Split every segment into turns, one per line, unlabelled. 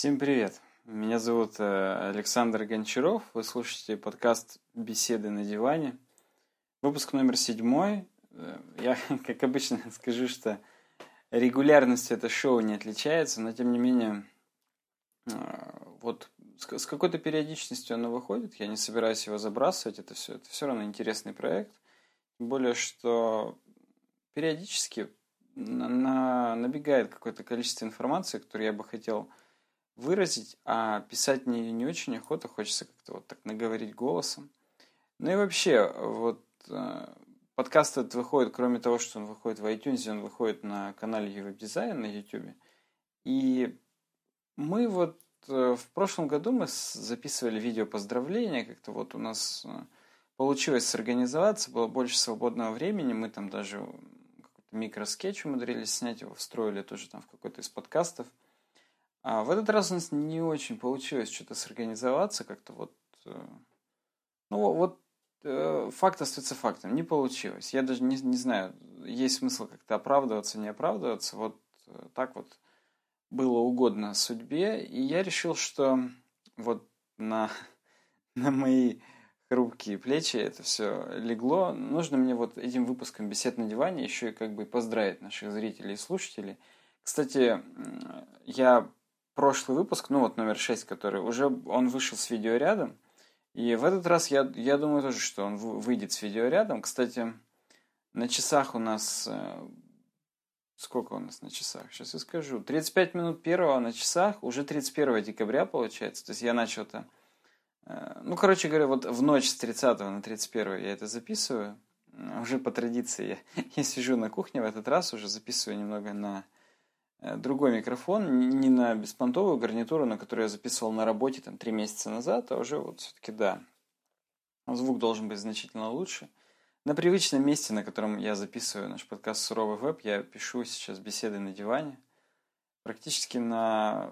Всем привет! Меня зовут Александр Гончаров. Вы слушаете подкаст «Беседы на диване». Выпуск номер 7. Я, как обычно, скажу, что регулярностью это шоу не отличается, но тем не менее, вот с какой-то периодичностью оно выходит. Я не собираюсь его забрасывать. Это все равно интересный проект. Тем более, что периодически набегает какое-то количество информации, которую я бы хотел выразить, а писать не очень охота, хочется как-то вот так наговорить голосом. Ну и вообще, вот подкаст этот выходит, кроме того, что он выходит в iTunes, он выходит на канале Веб-дизайн на YouTube. И мы вот в прошлом году мы записывали видео поздравления, как-то вот у нас получилось сорганизоваться, было больше свободного времени, мы там даже какой-то микроскетч умудрились снять, его встроили тоже там в какой-то из подкастов. А в этот раз у нас не очень получилось что-то сорганизоваться, как-то вот... факт остается фактом, не получилось. Я даже не знаю, есть смысл как-то оправдываться, не оправдываться. Вот так вот было угодно судьбе. И я решил, что вот на мои хрупкие плечи это все легло. Нужно мне вот этим выпуском «Бесед на диване» еще и как бы поздравить наших зрителей и слушателей. Кстати, я... прошлый выпуск, номер 6, который уже он вышел с видеорядом. И в этот раз я думаю тоже, что он выйдет с видеорядом. Кстати, на часах у нас... Сколько у нас на часах? Сейчас я скажу. 35 минут первого на часах, уже 31 декабря получается. То есть я начал-то... короче говоря, вот в ночь с 30 на 31 я это записываю. Уже по традиции я сижу на кухне в этот раз, уже записываю немного на... другой микрофон, не на беспонтовую гарнитуру, на которую я записывал на работе там 3 месяца назад, а уже вот все-таки да, звук должен быть значительно лучше. На привычном месте, на котором я записываю наш подкаст «Суровый веб», я пишу сейчас беседы на диване, практически на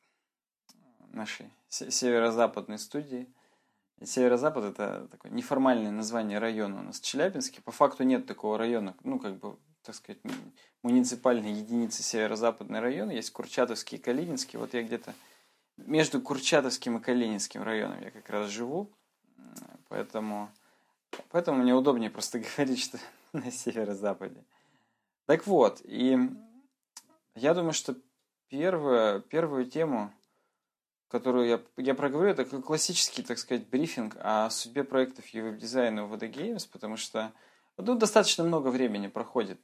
нашей северо-западной студии. Северо-запад – это такое неформальное название района у нас в Челябинске. По факту нет такого района, так сказать, муниципальной единицы северо-западный район. Есть Курчатовский и Калининский. Вот я где-то между Курчатовским и Калининским районом я как раз живу. Поэтому мне удобнее просто говорить, что на северо-западе. Так вот, и я думаю, что первую тему, которую я проговорю, это классический, так сказать, брифинг о судьбе проектов веб-дизайна в VD Games, потому что достаточно много времени проходит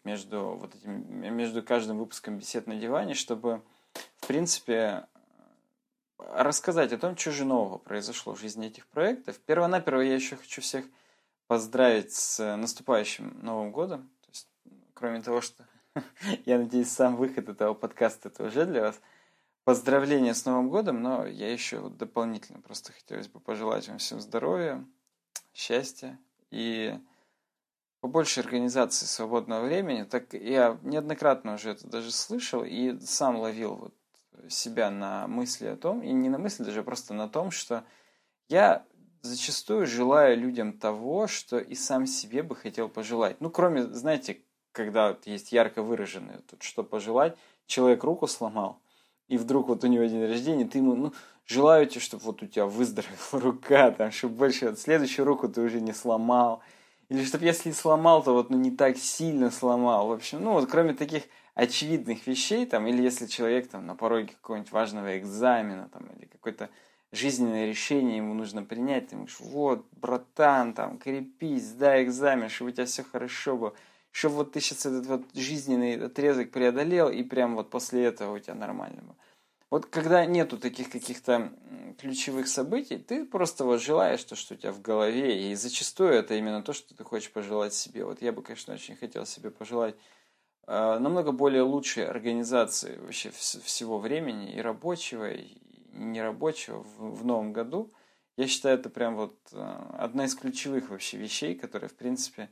между каждым выпуском «Бесед на диване», чтобы, в принципе, рассказать о том, что же нового произошло в жизни этих проектов. Первонаперво я еще хочу всех поздравить с наступающим Новым годом. То есть, кроме того, что я надеюсь, сам выход этого подкаста это уже для вас поздравления с Новым годом, но я еще дополнительно просто хотелось бы пожелать вам всем здоровья, счастья и побольше организации свободного времени. Так я неоднократно уже это даже слышал и сам ловил вот себя на мысли о том, и не на мысли даже, а просто на том, что я зачастую желаю людям того, что и сам себе бы хотел пожелать. Кроме, знаете, когда вот есть ярко выраженное, тут что пожелать, человек руку сломал, и вдруг вот у него день рождения, ты ему, желаю тебе, чтобы вот у тебя выздоровела рука, там, чтобы больше следующую руку ты уже не сломал. Или чтобы если сломал, то вот не так сильно сломал. В общем, кроме таких очевидных вещей, там, или если человек там на пороге какого-нибудь важного экзамена, там, или какое-то жизненное решение ему нужно принять, ты говоришь, вот, братан, там, крепись, сдай экзамен, чтобы у тебя все хорошо было, чтобы вот ты сейчас этот вот жизненный отрезок преодолел, и прям вот после этого у тебя нормально было. Вот когда нету таких каких-то ключевых событий, ты просто вот желаешь то, что у тебя в голове, и зачастую это именно то, что ты хочешь пожелать себе. Вот я бы, конечно, очень хотел себе пожелать намного более лучшей организации вообще всего времени, и рабочего, и нерабочего в новом году. Я считаю, это прям вот одна из ключевых вообще вещей, которая, в принципе,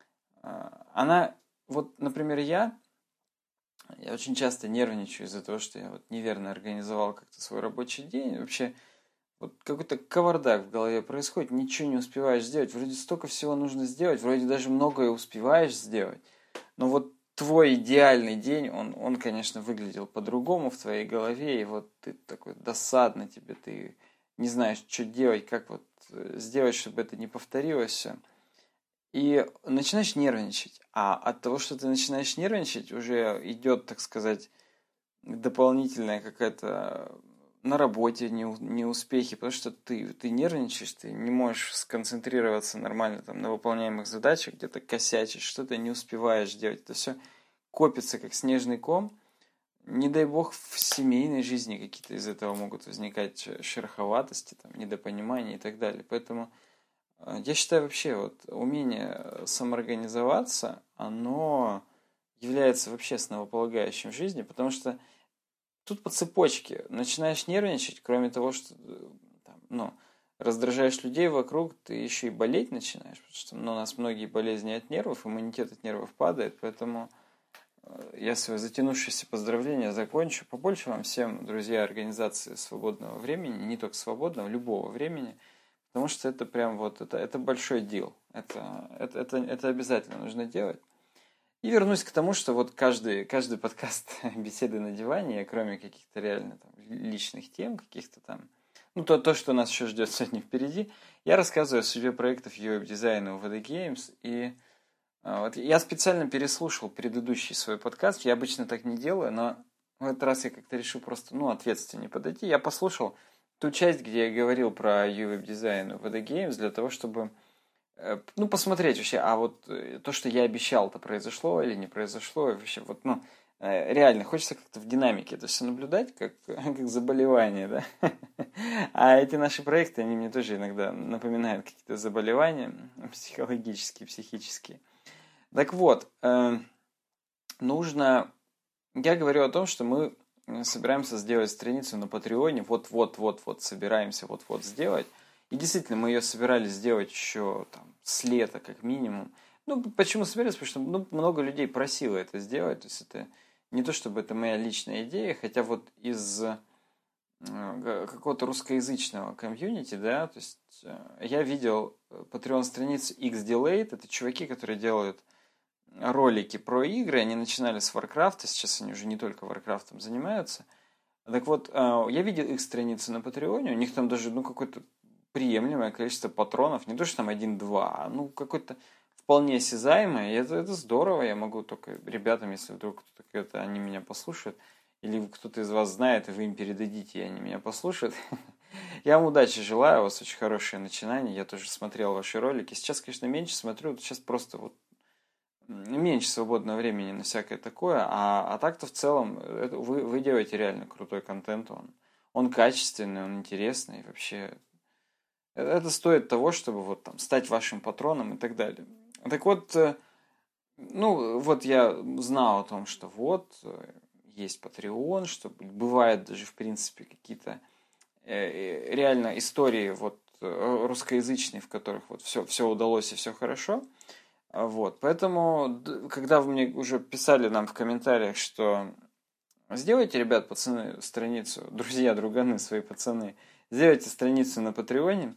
она, вот, например, я очень часто нервничаю из-за того, что я вот неверно организовал как-то свой рабочий день. Вообще, вот какой-то кавардак в голове происходит, ничего не успеваешь сделать. Вроде столько всего нужно сделать, вроде даже многое успеваешь сделать. Но вот твой идеальный день, он, конечно, выглядел по-другому в твоей голове, и вот ты такой досадно тебе, ты не знаешь, что делать, как вот сделать, чтобы это не повторилось все. И начинаешь нервничать. А от того, что ты начинаешь нервничать, уже идет, так сказать, дополнительная какая-то на работе неуспехи, потому что ты нервничаешь, ты не можешь сконцентрироваться нормально там, на выполняемых задачах, где-то косячишь, что-то не успеваешь делать. Это все копится, как снежный ком. Не дай бог, в семейной жизни какие-то из этого могут возникать шероховатости, там, недопонимания и так далее. Поэтому я считаю вообще, вот умение самоорганизоваться, оно является вообще основополагающим в жизни, потому что тут по цепочке начинаешь нервничать, кроме того, что там, ну, раздражаешь людей вокруг, ты еще и болеть начинаешь, потому что у нас многие болезни от нервов, иммунитет от нервов падает, поэтому я свое затянувшееся поздравление закончу. Побольше вам всем, друзья, организации свободного времени, не только свободного, любого времени, потому что это прям вот, это большой дел, это обязательно нужно делать. И вернусь к тому, что вот каждый подкаст беседы на диване, кроме каких-то реально там, личных тем, каких-то там, ну, то, что нас еще ждет сегодня впереди, я рассказываю о судьбе проектов UI-дизайна у VD Games. И вот я специально переслушал предыдущий свой подкаст. Я обычно так не делаю, но в этот раз я как-то решил просто, ответственнее подойти. Я послушал ту часть, где я говорил про UI-дизайн у VD Games для того, чтобы посмотреть вообще, а вот то, что я обещал, это произошло или не произошло, и вообще вот, реально, хочется как-то в динамике это все наблюдать, как заболевание, да. А эти наши проекты, они мне тоже иногда напоминают какие-то заболевания психологические, психические. Так вот, нужно... Я говорю о том, что мы собираемся сделать страницу на Патреоне, вот-вот собираемся вот-вот сделать. И действительно, мы ее собирались сделать еще там, с лета, как минимум. Почему собирались? Потому что много людей просило это сделать. То есть это не то, чтобы это моя личная идея, хотя вот из какого-то русскоязычного комьюнити, да, то есть я видел Patreon-страницу X-Delayed, это чуваки, которые делают ролики про игры, они начинали с Warcraft, сейчас они уже не только Warcraft занимаются. Так вот, я видел их страницу на Патреоне, у них там даже, какое-то приемлемое количество патронов, не то, что там 1-2, а какое-то вполне осязаемое, и это здорово, я могу только ребятам, если вдруг кто-то, они меня послушают, или кто-то из вас знает, и вы им передадите, и они меня послушают. Я вам удачи желаю, у вас очень хорошее начинание, я тоже смотрел ваши ролики, сейчас, конечно, меньше смотрю, сейчас просто вот меньше свободного времени на всякое такое, а так-то в целом вы делаете реально крутой контент, он качественный, он интересный, вообще это стоит того, чтобы вот там стать вашим патроном и так далее. Так вот, вот я знал о том, что есть Patreon, что бывают даже в принципе какие-то реально истории вот русскоязычные, в которых вот все удалось и все хорошо. Вот, поэтому, когда вы мне уже писали нам в комментариях, что сделайте, ребят, пацаны, страницу, друзья, друганы, свои пацаны, сделайте страницу на Патреоне,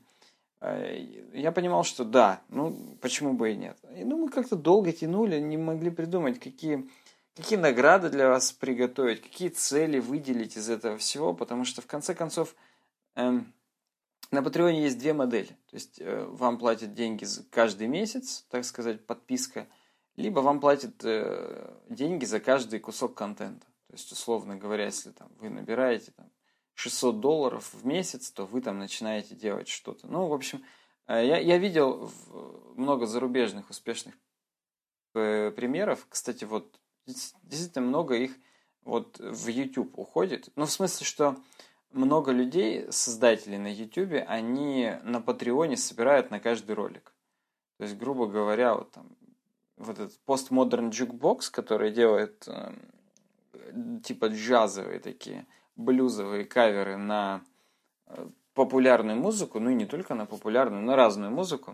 я понимал, что да, почему бы и нет. И, мы как-то долго тянули, не могли придумать, какие награды для вас приготовить, какие цели выделить из этого всего, потому что, в конце концов, на Патреоне есть две модели. То есть вам платят деньги каждый месяц, так сказать, подписка, либо вам платят деньги за каждый кусок контента. То есть, условно говоря, если вы набираете $600 в месяц, то вы там начинаете делать что-то. В общем, я видел много зарубежных успешных примеров. Кстати, вот действительно много их вот в YouTube уходит. В смысле, что много людей, создателей на YouTube, они на Патреоне собирают на каждый ролик. То есть, грубо говоря, вот этот Postmodern Jukebox, который делает типа джазовые такие, блюзовые каверы на популярную музыку, и не только на популярную, на разную музыку.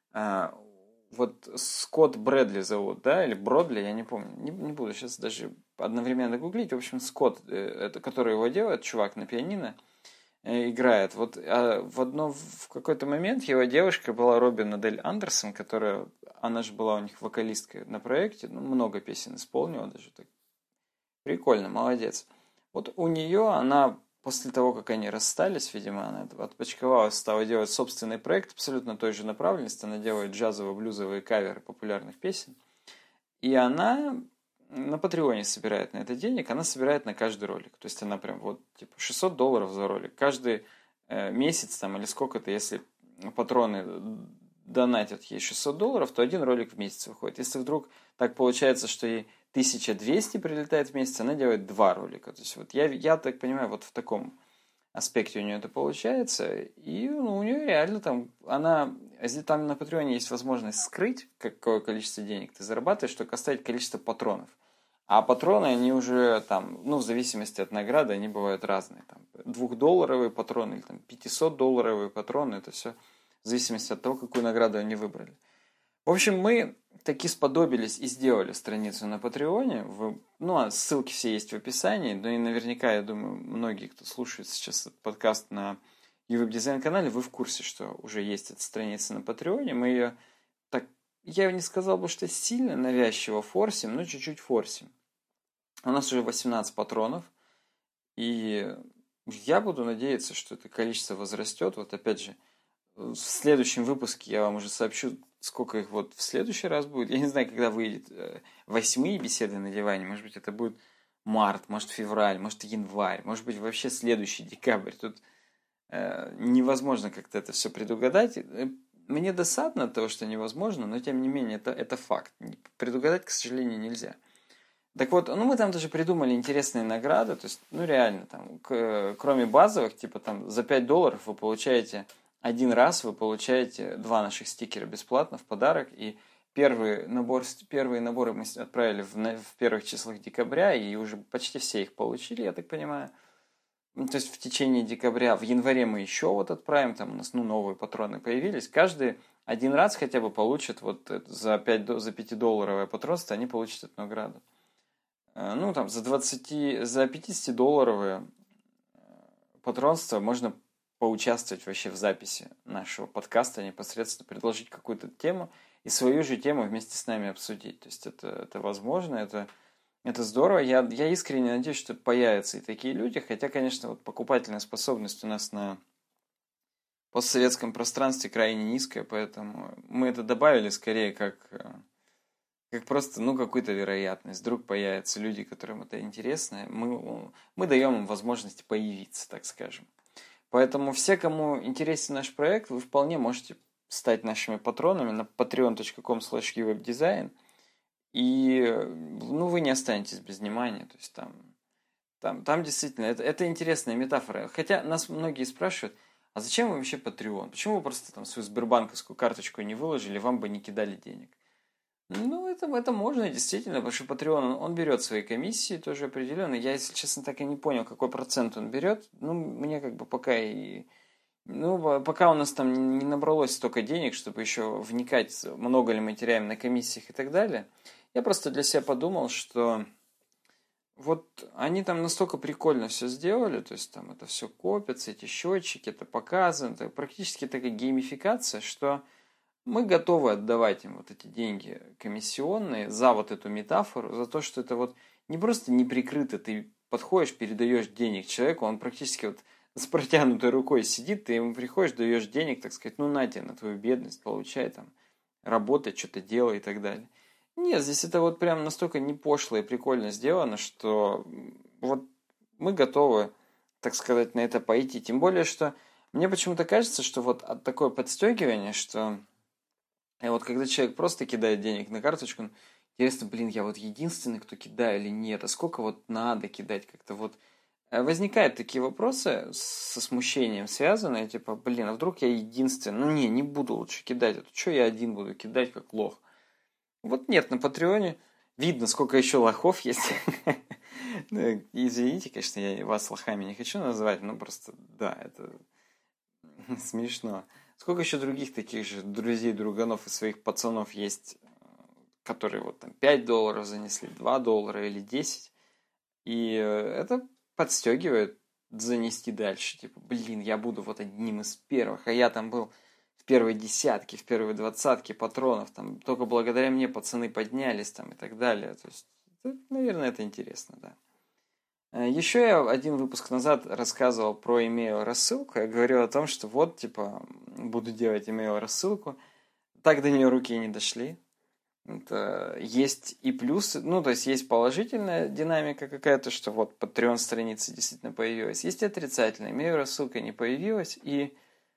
Вот Скотт Брэдли зовут, да, или Бродли, я не помню. Не буду сейчас даже одновременно гуглить. В общем, Скотт, это, который его делает, чувак на пианино, играет. Вот в какой-то момент его девушка была Робин Адель Андерсон, которая она же была у них вокалисткой на проекте, ну, много песен исполнила даже. Так. Прикольно, молодец. Вот у нее она, после того, как они расстались, видимо, она отпочковалась, стала делать собственный проект абсолютно той же направленности. Она делает джазово-блюзовые каверы популярных песен. И она на Патреоне собирает на это денег, она собирает на каждый ролик. То есть она прям вот типа $600 за ролик. Каждый месяц там или сколько-то, если патроны донатят ей $600, то один ролик в месяц выходит. Если вдруг так получается, что ей 1200 прилетает в месяц, она делает 2 ролика. То есть вот я так понимаю, вот в таком аспекте у нее это получается. И ну, у нее реально там, там на Патреоне есть возможность скрыть, какое количество денег ты зарабатываешь, только оставить количество патронов. А патроны, они уже там, ну, в зависимости от награды, они бывают разные. Там, $2 патроны или там $500 патроны, это все в зависимости от того, какую награду они выбрали. В общем, мы таки сподобились и сделали страницу на Патреоне. Ну, ссылки все есть в описании. Ну и наверняка, я думаю, многие, кто слушает сейчас этот подкаст на UWeb-дизайн-канале, вы в курсе, что уже есть эта страница на Патреоне. Мы ее так, я не сказал бы, что сильно навязчиво форсим, но чуть-чуть форсим. У нас уже 18 патронов. И я буду надеяться, что это количество возрастет. Вот опять же, в следующем выпуске я вам уже сообщу, сколько их вот в следующий раз будет. Я не знаю, когда выйдет 8-е беседы на диване. Может быть, это будет март, может, февраль, может, январь, может быть, вообще следующий декабрь. Тут невозможно как-то это все предугадать. Мне досадно от того, что невозможно, но тем не менее, это факт. Предугадать, к сожалению, нельзя. Так вот, ну мы там даже придумали интересные награды, то есть, ну реально, там, кроме базовых, типа там за $5 вы получаете один раз, вы получаете 2 наших стикера бесплатно в подарок, и первые наборы мы отправили в первых числах декабря, и уже почти все их получили, я так понимаю. Ну, то есть в течение декабря, в январе мы еще вот отправим, там у нас новые патроны появились, каждый один раз хотя бы получит вот за $5 патронство, они получат эту награду. Ну, там, за 50-долларовые патронства можно поучаствовать вообще в записи нашего подкаста, непосредственно предложить какую-то тему и свою же тему вместе с нами обсудить. То есть это возможно, это здорово. Я искренне надеюсь, что появятся и такие люди, хотя, конечно, вот покупательная способность у нас на постсоветском пространстве крайне низкая, поэтому мы это добавили скорее как просто, ну, какую-то вероятность. Вдруг появятся люди, которым это интересно. Мы даем им возможность появиться, так скажем. Поэтому все, кому интересен наш проект, вы вполне можете стать нашими патронами на patreon.com/uwebdesign. И, ну, вы не останетесь без внимания. То есть там действительно, это интересная метафора. Хотя нас многие спрашивают, а зачем вам вообще Patreon? Почему вы просто там свою сбербанковскую карточку не выложили, вам бы не кидали денег? Ну, это можно действительно, потому что Patreon, он берет свои комиссии тоже определенно. Я, если честно, так и не понял, какой процент он берет. Ну, мне как бы пока пока у нас там не набралось столько денег, чтобы еще вникать, много ли мы теряем на комиссиях и так далее. Я просто для себя подумал, что вот они там настолько прикольно все сделали, то есть там это все копится, эти счетчики, это показано, это практически такая геймификация, что мы готовы отдавать им вот эти деньги комиссионные за вот эту метафору, за то, что это вот не просто неприкрыто, ты подходишь, передаешь денег человеку, он практически вот с протянутой рукой сидит, ты ему приходишь, даешь денег, так сказать, ну на тебе, на твою бедность, получай там, работай, что-то делай и так далее. Нет, здесь это вот прям настолько не пошло и прикольно сделано, что вот мы готовы, так сказать, на это пойти. Тем более, что мне почему-то кажется, что вот от такое подстегивание, что и вот когда человек просто кидает денег на карточку, интересно, блин, я вот единственный, кто кидает или нет, а сколько вот надо кидать как-то вот. Возникают такие вопросы со смущением связанные, типа, блин, а вдруг я единственный? Ну не буду лучше кидать, а то что я один буду кидать, как лох? Вот нет, на Патреоне видно, сколько еще лохов есть. Извините, конечно, я вас лохами не хочу называть, но просто, да, это смешно. Сколько еще других таких же друзей, друганов и своих пацанов есть, которые вот там $5 занесли, $2 или 10. И это подстегивает занести дальше. Типа, блин, я буду вот одним из первых. А я там был в первые десятки, в первые двадцатки патронов, там, только благодаря мне пацаны поднялись, там, и так далее. То есть, наверное, это интересно, да. Еще я один выпуск назад рассказывал про email-рассылку. Я говорил о том, что вот, типа, буду делать email-рассылку. Так до нее руки не дошли. Это есть и плюсы, ну, то есть есть положительная динамика какая-то, что вот Patreon страница действительно появилась. Есть и отрицательная. Email-рассылка не появилась. И,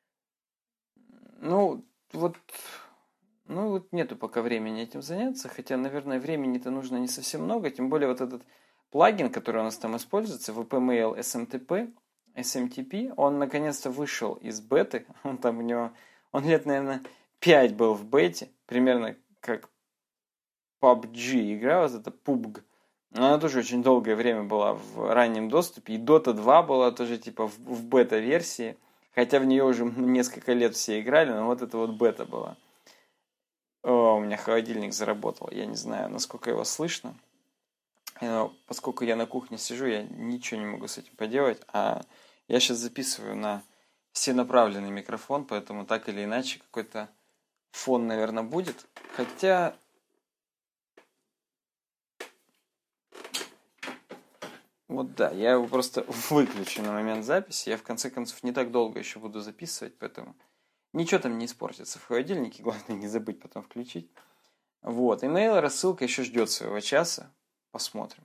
ну, вот нету пока времени этим заняться. Хотя, наверное, времени-то нужно не совсем много. Тем более вот этот плагин, который у нас там используется, VP-Mail SMTP, он наконец-то вышел из беты. Он там у него, он лет, наверное, 5 был в бете, примерно как PUBG игра, вот это PUBG. Она тоже очень долгое время была в раннем доступе. И Dota 2 была тоже типа в бета-версии. Хотя в нее уже несколько лет все играли, но вот это вот бета была. О, у меня холодильник заработал. Я не знаю, насколько его слышно. Поскольку я на кухне сижу, я ничего не могу с этим поделать. А я сейчас записываю на всенаправленный микрофон, поэтому так или иначе какой-то фон, наверное, будет. Хотя... Вот да, я его просто выключу на момент записи. Я в конце концов не так долго еще буду записывать, поэтому ничего там не испортится в холодильнике. Главное не забыть потом включить. Вот, email рассылка еще ждет своего часа. Посмотрим.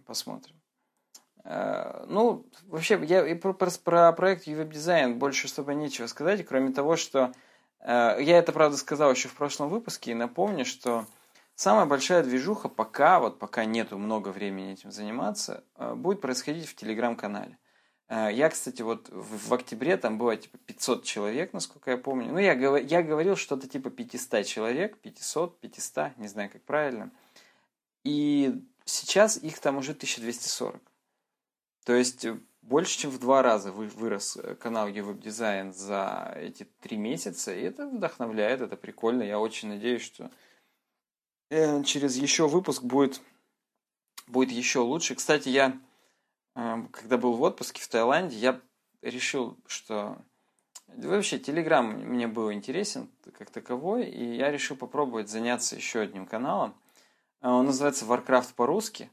Ну, вообще, я и про проект UWeb-дизайн больше особо нечего сказать, кроме того, что я это, правда, сказал еще в прошлом выпуске, и напомню, что самая большая движуха пока нету много времени этим заниматься, будет происходить в Телеграм-канале. Я, кстати, вот в октябре там было типа 500 человек, насколько я помню. Ну, я говорил что-то типа 500 человек, 500, не знаю, как правильно. И сейчас их там уже 1240. То есть больше, чем в 2 раза вырос канал UWeb-дизайн за эти 3 месяца. И это вдохновляет, это прикольно. Я очень надеюсь, что через еще выпуск будет еще лучше. Кстати, я, когда был в отпуске в Таиланде, я решил, что вообще Telegram мне был интересен как таковой, и я решил попробовать заняться еще одним каналом. Он называется Warcraft по-русски.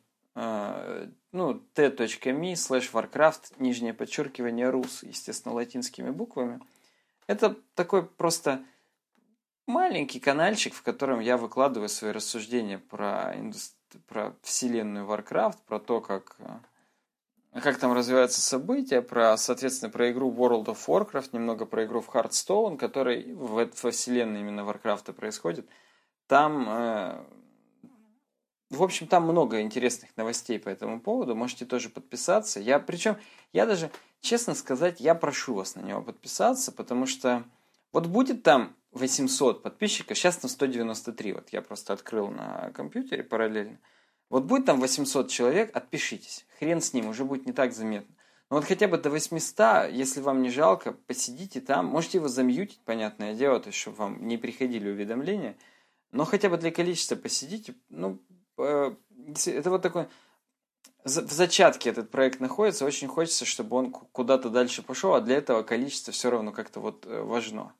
t.me/Warcraft, _Rus, естественно, латинскими буквами. Это такой просто маленький канальчик, в котором я выкладываю свои рассуждения про вселенную Warcraft, про то, как там развиваются события, соответственно, про игру World of Warcraft, немного про игру в Hearthstone, которая во вселенной именно Warcraft происходит. Там... В общем, там много интересных новостей по этому поводу. Можете тоже подписаться. Я даже, честно сказать, я прошу вас на него подписаться, потому что вот будет там 800 подписчиков, сейчас там 193. Вот я просто открыл на компьютере параллельно. Вот будет там 800 человек, отпишитесь. Хрен с ним, уже будет не так заметно. Но вот хотя бы до 800, если вам не жалко, посидите там. Можете его замьютить, понятное дело, то есть, чтобы вам не приходили уведомления. Но хотя бы для количества посидите, это вот такой... В зачатке этот проект находится, очень хочется, чтобы он куда-то дальше пошел, а для этого количество все равно как-то вот важно.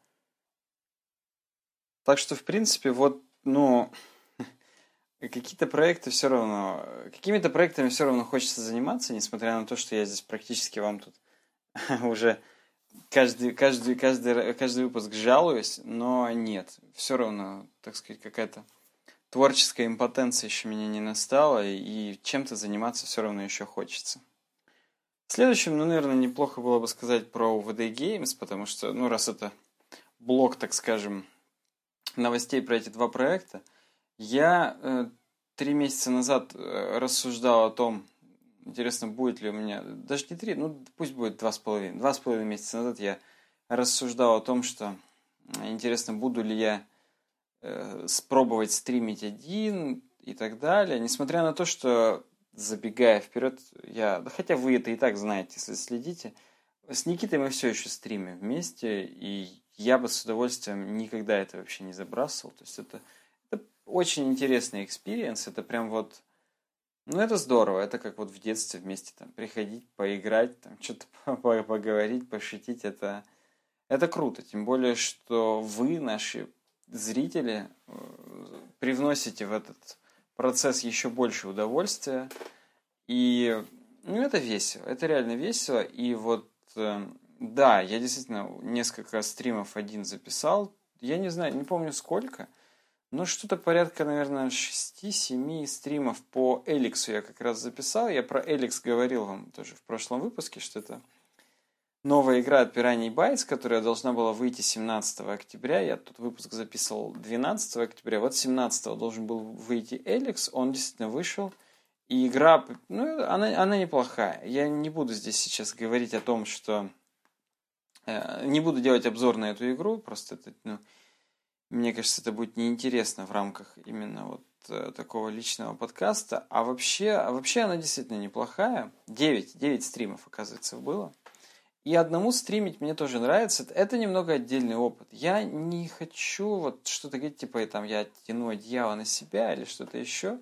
Так что, в принципе, какими-то проектами все равно хочется заниматься, несмотря на то, что я здесь практически вам тут уже каждый выпуск жалуюсь, но нет, все равно, так сказать, какая-то творческая импотенция еще меня не настала, и чем-то заниматься все равно еще хочется. Следующим, наверное, неплохо было бы сказать про VD Games, потому что, раз это блок, так скажем, новостей про эти 2 проекта, я 3 месяца назад рассуждал о том, интересно, будет ли у меня, даже не 3, пусть будет 2,5. 2,5 месяца назад я рассуждал о том, что интересно, буду ли я спробовать стримить один и так далее. Несмотря на то, что, забегая вперед, хотя вы это и так знаете, если следите, с Никитой мы все еще стримим вместе, и я бы с удовольствием никогда это вообще не забрасывал. То есть это очень интересный экспириенс, это прям вот... это здорово, это как вот в детстве вместе там приходить, поиграть, там что-то поговорить, пошутить, это Это круто, тем более, что вы, наши зрители, привносите в этот процесс еще больше удовольствия. И это весело, это реально весело. И вот, да, я действительно несколько стримов один записал. Я не знаю, не помню сколько, но что-то порядка, наверное, 6-7 стримов по Эликсу я как раз записал. Я про Эликс говорил вам тоже в прошлом выпуске, что это новая игра от Piranha Bytes, которая должна была выйти 17 октября. Я тут выпуск записывал 12 октября. Вот 17 должен был выйти Эликс. Он действительно вышел. И игра, она неплохая. Я не буду здесь сейчас говорить о том, что... не буду делать обзор на эту игру. Просто это, мне кажется, это будет неинтересно в рамках именно вот такого личного подкаста. А вообще она действительно неплохая. 9 стримов, оказывается, было. И одному стримить мне тоже нравится. Это немного отдельный опыт. Я не хочу вот что-то говорить, типа, там, я тяну одеяло на себя или что-то еще.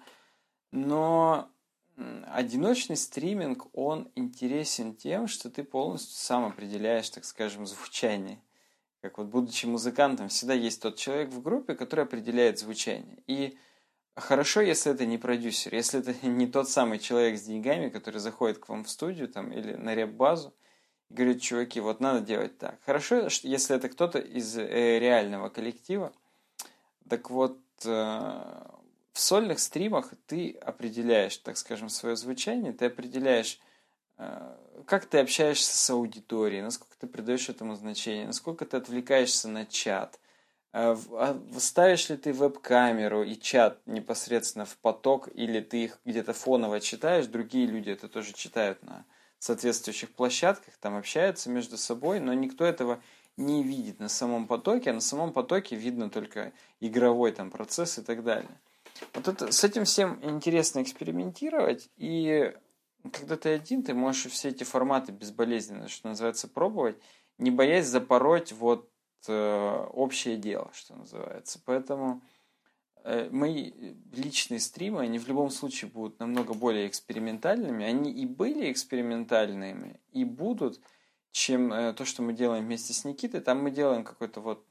Но одиночный стриминг, он интересен тем, что ты полностью сам определяешь, так скажем, звучание. Как вот будучи музыкантом, всегда есть тот человек в группе, который определяет звучание. И хорошо, если это не продюсер, если это не тот самый человек с деньгами, который заходит к вам в студию там, или на реп-базу, говорит, чуваки, вот надо делать так. Хорошо, если это кто-то из реального коллектива. Так вот, в сольных стримах ты определяешь, так скажем, свое звучание, ты определяешь, как ты общаешься с аудиторией, насколько ты придаешь этому значение, насколько ты отвлекаешься на чат, ставишь ли ты веб-камеру и чат непосредственно в поток, или ты их где-то фоново читаешь, другие люди это тоже читают на соответствующих площадках, там общаются между собой, но никто этого не видит на самом потоке, а на самом потоке видно только игровой там процесс и так далее. Вот это, с этим всем интересно экспериментировать, и когда ты один, ты можешь все эти форматы безболезненно, что называется, пробовать, не боясь запороть вот общее дело, что называется. Поэтому мои личные стримы, они в любом случае будут намного более экспериментальными. Они и были экспериментальными, и будут, чем то, что мы делаем вместе с Никитой. Там мы делаем какой-то вот,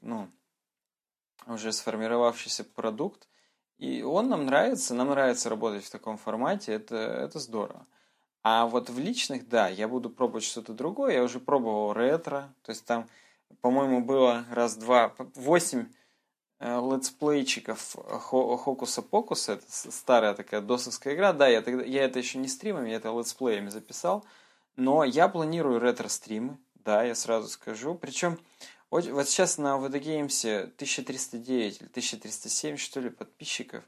уже сформировавшийся продукт. И он нам нравится работать в таком формате, это здорово. А вот в личных, да, я буду пробовать что-то другое. Я уже пробовал ретро, то есть там, по-моему, было 8 летсплейчиков Хокуса-Покуса, это старая такая досовская игра, да, я это еще не стримами, я это летсплеями записал, но я планирую ретро-стримы, да, я сразу скажу, причем вот сейчас на VD Games 1309 или 1307, что ли, подписчиков,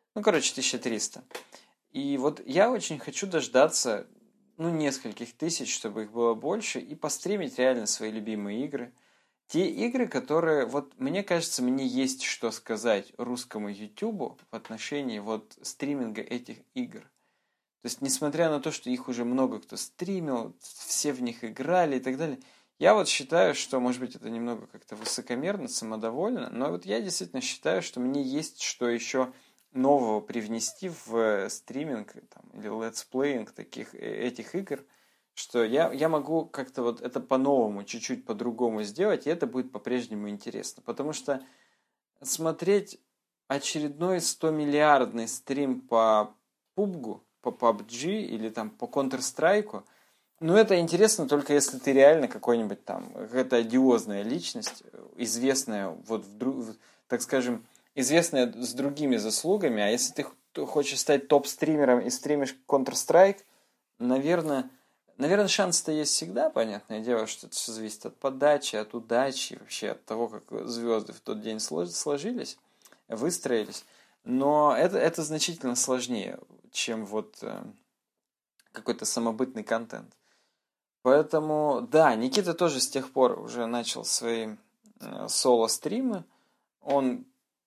1300, и вот я очень хочу дождаться, нескольких тысяч, чтобы их было больше, и постримить реально свои любимые игры. Те игры, которые, вот мне кажется, мне есть что сказать русскому Ютубу в отношении вот стриминга этих игр. То есть, несмотря на то, что их уже много кто стримил, все в них играли и так далее, я вот считаю, что, может быть, это немного как-то высокомерно, самодовольно, но вот я действительно считаю, что мне есть что еще нового привнести в стриминг там, или летсплеинг этих игр, что я могу как-то вот это по-новому, чуть-чуть по-другому сделать, и это будет по-прежнему интересно. Потому что смотреть очередной 100-миллиардный стрим по PUBG, по PUBG или там по Counter-Strike, это интересно только если ты реально какой-нибудь там, какая-то одиозная личность, известная, вот так скажем, известная с другими заслугами, а если ты хочешь стать топ-стримером и стримишь Counter-Strike, наверное, шанс-то есть всегда, понятное дело, что это все зависит от подачи, от удачи, вообще от того, как звезды в тот день сложились, выстроились. Но это значительно сложнее, чем вот какой-то самобытный контент. Поэтому, да, Никита тоже с тех пор уже начал свои соло-стримы. Он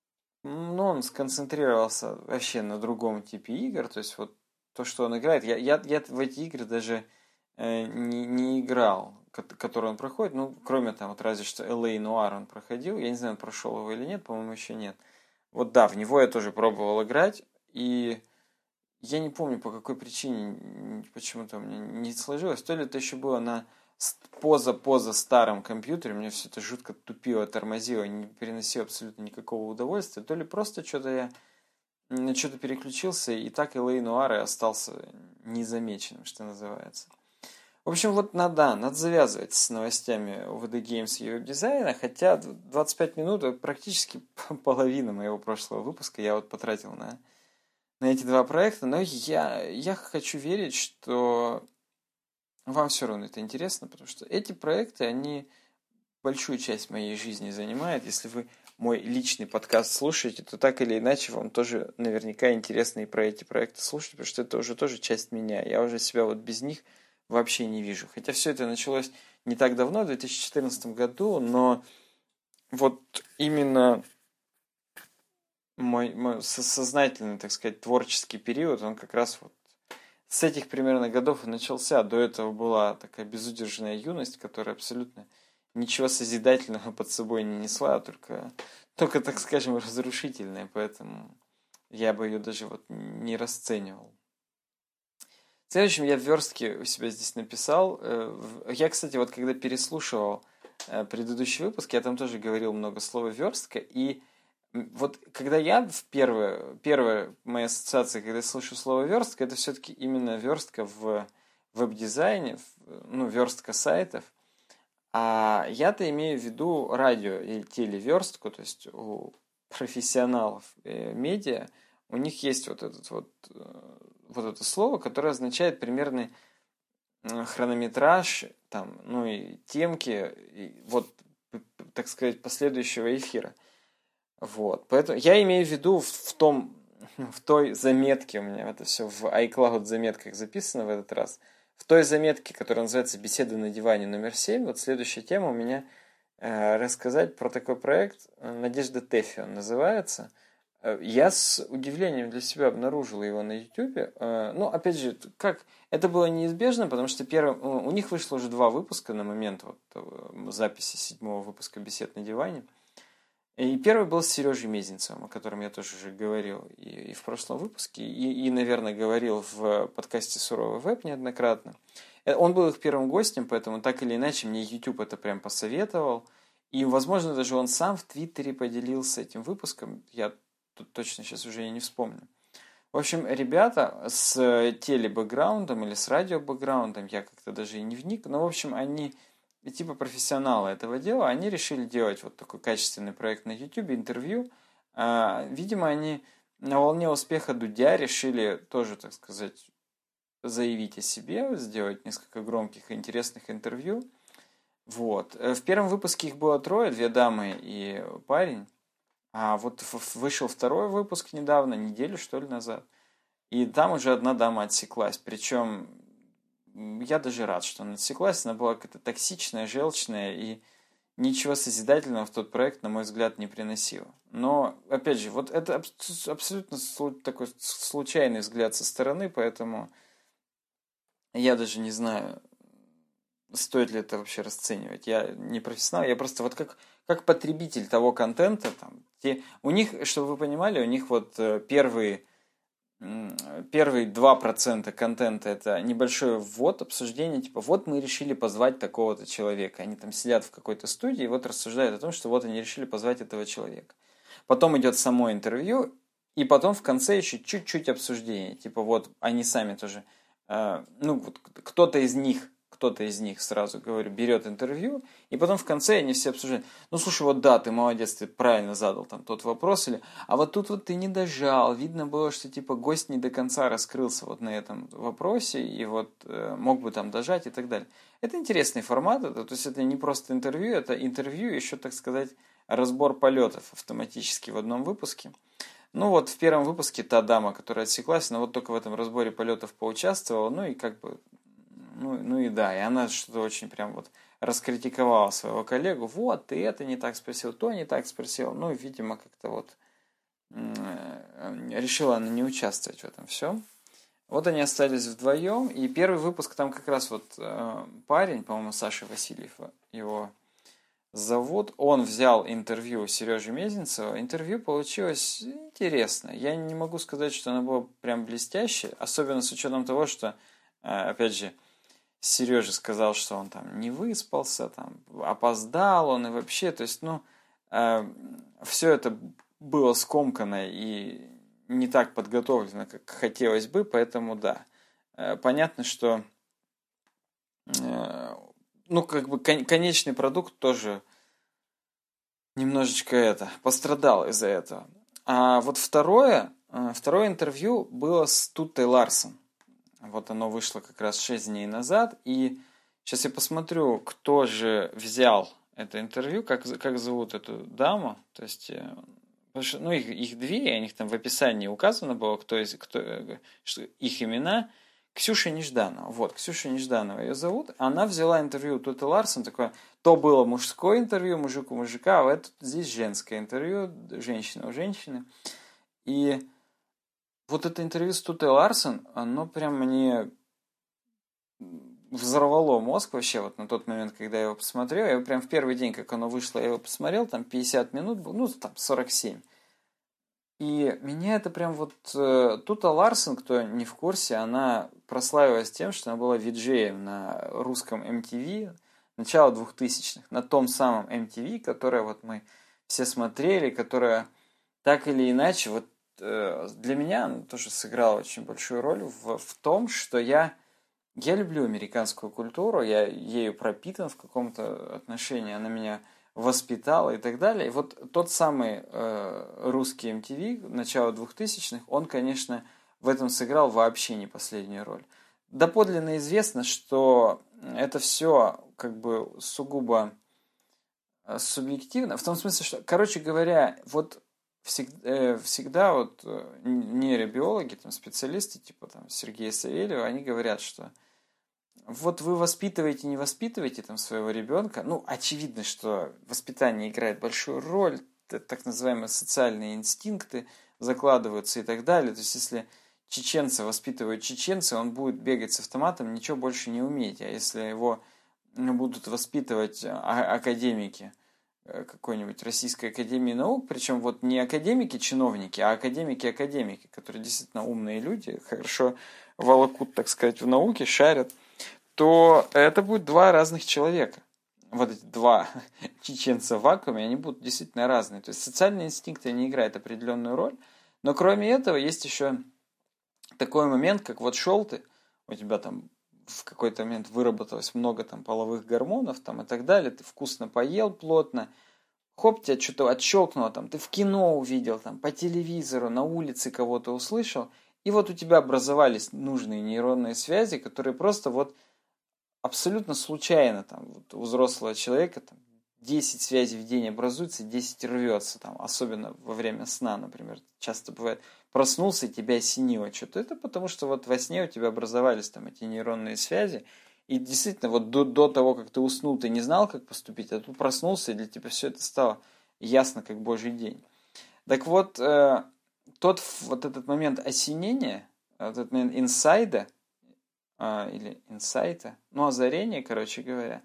сконцентрировался вообще на другом типе игр. То есть, вот то, что он играет. Я в эти игры даже не играл, который он проходит. Кроме там, вот разве что LA Noir он проходил. Я не знаю, прошел его или нет, по-моему, еще нет. Вот да, в него я тоже пробовал играть. И я не помню, по какой причине почему-то у меня не сложилось. То ли это еще было на поза старым компьютере, мне все это жутко тупило, тормозило, не приносило абсолютно никакого удовольствия, то ли просто что-то я на что-то переключился, и так Л.А. Нуар и остался незамеченным, что называется. В общем, вот надо завязывать с новостями VD Games и веб-дизайна, хотя 25 минут – это практически половина моего прошлого выпуска я вот потратил на эти два проекта, но я хочу верить, что вам все равно это интересно, потому что эти проекты, они большую часть моей жизни занимают. Если вы мой личный подкаст слушаете, то так или иначе вам тоже наверняка интересно и про эти проекты слушать, потому что это уже тоже часть меня. Я уже себя вот без них вообще не вижу. Хотя все это началось не так давно, в 2014 году, но вот именно мой сознательный, так сказать, творческий период, он как раз вот с этих примерно годов и начался. До этого была такая безудержная юность, которая абсолютно ничего созидательного под собой не несла, а только, так скажем, разрушительная, поэтому я бы ее даже вот не расценивал. Следующим я в верстке у себя здесь написал. Я, кстати, вот когда переслушивал предыдущий выпуск, я там тоже говорил много слова верстка, и вот когда я первая моя ассоциация, когда я слышу слово верстка, это все-таки именно верстка в веб-дизайне, верстка сайтов. А я-то имею в виду радио или телеверстку, то есть у профессионалов медиа, у них есть вот это слово, которое означает примерный хронометраж, там, и темки, и вот, так сказать, последующего эфира. Вот. Поэтому я имею в виду в той заметке, у меня это все в iCloud заметках записано в этот раз, в той заметке, которая называется «Беседа на диване номер 7», вот следующая тема у меня рассказать про такой проект «Надежда Тэффи» он называется. Я с удивлением для себя обнаружил его на YouTube. Опять же, как это было неизбежно, потому что у них вышло уже 2 выпуска на момент записи 7-го выпуска «Бесед на диване». И первый был с Сережей Мезенцевым, о котором я тоже уже говорил и в прошлом выпуске, и, наверное, говорил в подкасте «Суровый веб» неоднократно. Он был их первым гостем, поэтому так или иначе мне YouTube это прям посоветовал. И, возможно, даже он сам в Твиттере поделился этим выпуском. Я тут точно сейчас уже и не вспомню. В общем, ребята с телебэкграундом или с радиобэкграундом, я как-то даже и не вник, но, в общем, они типа профессионалы этого дела, они решили делать вот такой качественный проект на YouTube, интервью. Видимо, они на волне успеха Дудя решили тоже, так сказать, заявить о себе, сделать несколько громких и интересных интервью. Вот. В первом выпуске их было 3, 2 дамы и парень. А вот вышел 2-й выпуск недавно, неделю, что ли, назад. И там уже 1 дама отсеклась. Причем я даже рад, что она отсеклась. Она была какая-то токсичная, желчная и ничего созидательного в тот проект, на мой взгляд, не приносила. Но, опять же, вот это абсолютно такой случайный взгляд со стороны, поэтому я даже не знаю, стоит ли это вообще расценивать. Я не профессионал, я просто вот как потребитель того контента. У них, чтобы вы понимали, у них вот первые 2% контента это небольшой ввод, обсуждение, типа вот мы решили позвать такого-то человека. Они там сидят в какой-то студии и вот рассуждают о том, что вот они решили позвать этого человека. Потом идет само интервью, и потом в конце еще чуть-чуть обсуждение. Типа вот они сами тоже, кто-то из них, сразу говорю, берет интервью, и потом в конце они все обсуждают. Слушай, вот да, ты молодец, ты правильно задал там тот вопрос, а вот тут вот ты не дожал, видно было, что типа гость не до конца раскрылся вот на этом вопросе, и вот мог бы там дожать и так далее. Это интересный формат, то есть это не просто интервью, это интервью, еще, так сказать, разбор полетов автоматически в одном выпуске. В первом выпуске та дама, которая отсеклась, она вот только в этом разборе полетов поучаствовала, и она что-то очень прям вот раскритиковала своего коллегу. Вот, ты это не так спросил, то не так спросил. Видимо, как-то вот решила она не участвовать в этом всем. Вот они остались вдвоем, и первый выпуск там как раз вот парень, по-моему, Саша Васильев его зовут, он взял интервью у Сережи Мезенцева. Интервью получилось интересно. Я не могу сказать, что оно было прям блестящее, особенно с учетом того, что, опять же, Сережа сказал, что он там не выспался, там опоздал он и вообще, то есть, все это было скомкано и не так подготовлено, как хотелось бы, поэтому да. Понятно, что конечный продукт тоже немножечко пострадал из-за этого. А вот второе интервью было с Туттой Ларсон. Вот оно вышло как раз 6 дней назад. И сейчас я посмотрю, кто же взял это интервью, как зовут эту даму. То есть, потому что, их две, у них там в описании указано было, кто их имена. Ксюша Нежданова. Вот, Ксюша Нежданова ее зовут. Она взяла интервью у Туты Ларсон. Такое, то было мужское интервью, мужик у мужика, а здесь женское интервью, женщина у женщины. И вот это интервью с Тутой Ларсон, оно прям мне взорвало мозг вообще вот на тот момент, когда я его посмотрел. Я прям в первый день, как оно вышло, я его посмотрел, там 50 минут был, там 47. И меня это прям Тута Ларсон, кто не в курсе, она прославилась тем, что она была виджеем на русском MTV начала 2000-х, на том самом MTV, которое мы все смотрели, которое так или иначе для меня она тоже сыграла очень большую роль в том, что я люблю американскую культуру, я ею пропитан в каком-то отношении, она меня воспитала и так далее. И вот тот самый русский MTV начала 2000-х, он, конечно, в этом сыграл вообще не последнюю роль. Доподлинно известно, что это все сугубо субъективно, в том смысле, что, короче говоря, всегда нейробиологи, специалисты, типа Сергея Савельева, они говорят, что вы воспитываете, не воспитываете своего ребенка. Очевидно, что воспитание играет большую роль, так называемые социальные инстинкты закладываются и так далее. То есть, если чеченца воспитывают чеченцы, он будет бегать с автоматом, ничего больше не уметь. А если его будут воспитывать академики какой-нибудь Российской академии наук, причем не академики-чиновники, а академики-академики, которые действительно умные люди, хорошо волокут, так сказать, в науке, шарят, то это будет два разных человека. Вот эти два чеченца в вакууме, они будут действительно разные. То есть социальные инстинкты, они играют определенную роль. Но кроме этого есть еще такой момент, как шел ты, у тебя там в какой-то момент выработалось много половых гормонов и так далее, ты вкусно поел плотно, хоп, тебя что-то отщелкнуло, ты в кино увидел, по телевизору, на улице кого-то услышал, и у тебя образовались нужные нейронные связи, которые просто абсолютно случайно у взрослого человека 10 связей в день образуется, 10 рвется, особенно во время сна, например. Часто бывает, проснулся и тебя осенило что-то. Это потому, что во сне у тебя образовались эти нейронные связи, и действительно до того, как ты уснул, ты не знал, как поступить, а тут проснулся, и для тебя все это стало ясно, как Божий день. Так этот момент осенения, этот момент инсайда, или инсайта, озарение, короче говоря,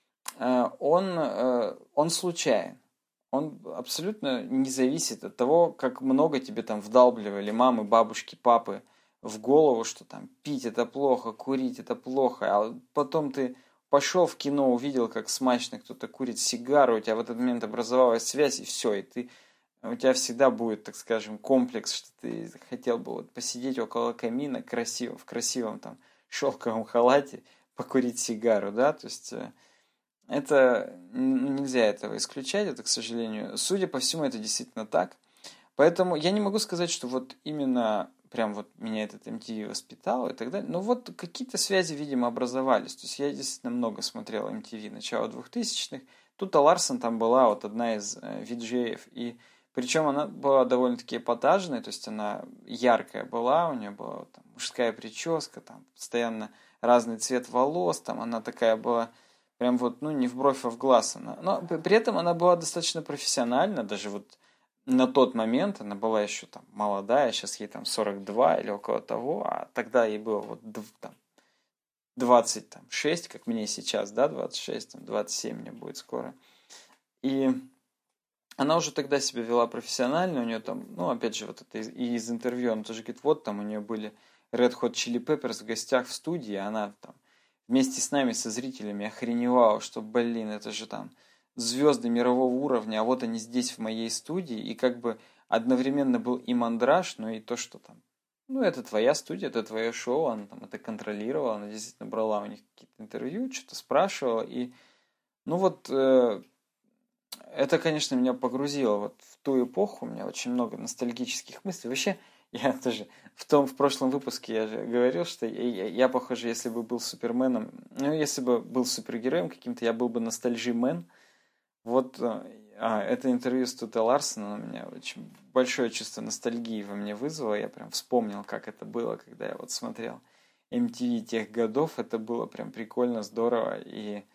он случайен. Он абсолютно не зависит от того, как много тебе вдалбливали мамы, бабушки, папы в голову, что пить это плохо, курить это плохо, а потом ты пошел в кино, увидел, как смачно кто-то курит сигару, у тебя в этот момент образовалась связь, и все, и у тебя всегда будет, так скажем, комплекс, что ты хотел бы посидеть около камина в красивом шелковом халате, покурить сигару, да, то есть это нельзя этого исключать, это, к сожалению. Судя по всему, это действительно так. Поэтому я не могу сказать, что именно прям меня этот MTV воспитал и так далее. Но какие-то связи, видимо, образовались. То есть я действительно много смотрел MTV начала 2000-х. Тута Ларсон там была одна из виджеев. И причем она была довольно-таки эпатажная, то есть она яркая была, у нее была мужская прическа, постоянно разный цвет волос, она такая была прям не в бровь, а в глаз она. Но при этом она была достаточно профессиональна, даже на тот момент она была еще молодая, сейчас ей 42 или около того, а тогда ей было 26, как мне сейчас, да, 26, 27 мне будет скоро. И она уже тогда себя вела профессионально, у нее опять же, это из интервью, она тоже говорит, у нее были Red Hot Chili Peppers в гостях в студии, она вместе с нами, со зрителями, охреневал, что, блин, это же там звезды мирового уровня, а вот они здесь в моей студии, и как бы одновременно был и мандраж, но и то, что там, ну, это твоя студия, это твое шоу, она там это контролировала, она действительно брала у них какие-то интервью, что-то спрашивала, и, ну, вот, это, конечно, меня погрузило вот в ту эпоху, у меня очень много ностальгических мыслей. Вообще, я тоже в прошлом выпуске я же говорил, что я, похоже, если бы был Суперменом, ну, если бы был супергероем каким-то, я был бы ностальжи-мен. Вот это интервью с Тутой Ларсоном у меня очень большое чувство ностальгии во мне вызвало. Я прям вспомнил, как это было, когда я вот смотрел MTV тех годов. Это было прям прикольно, здорово. И,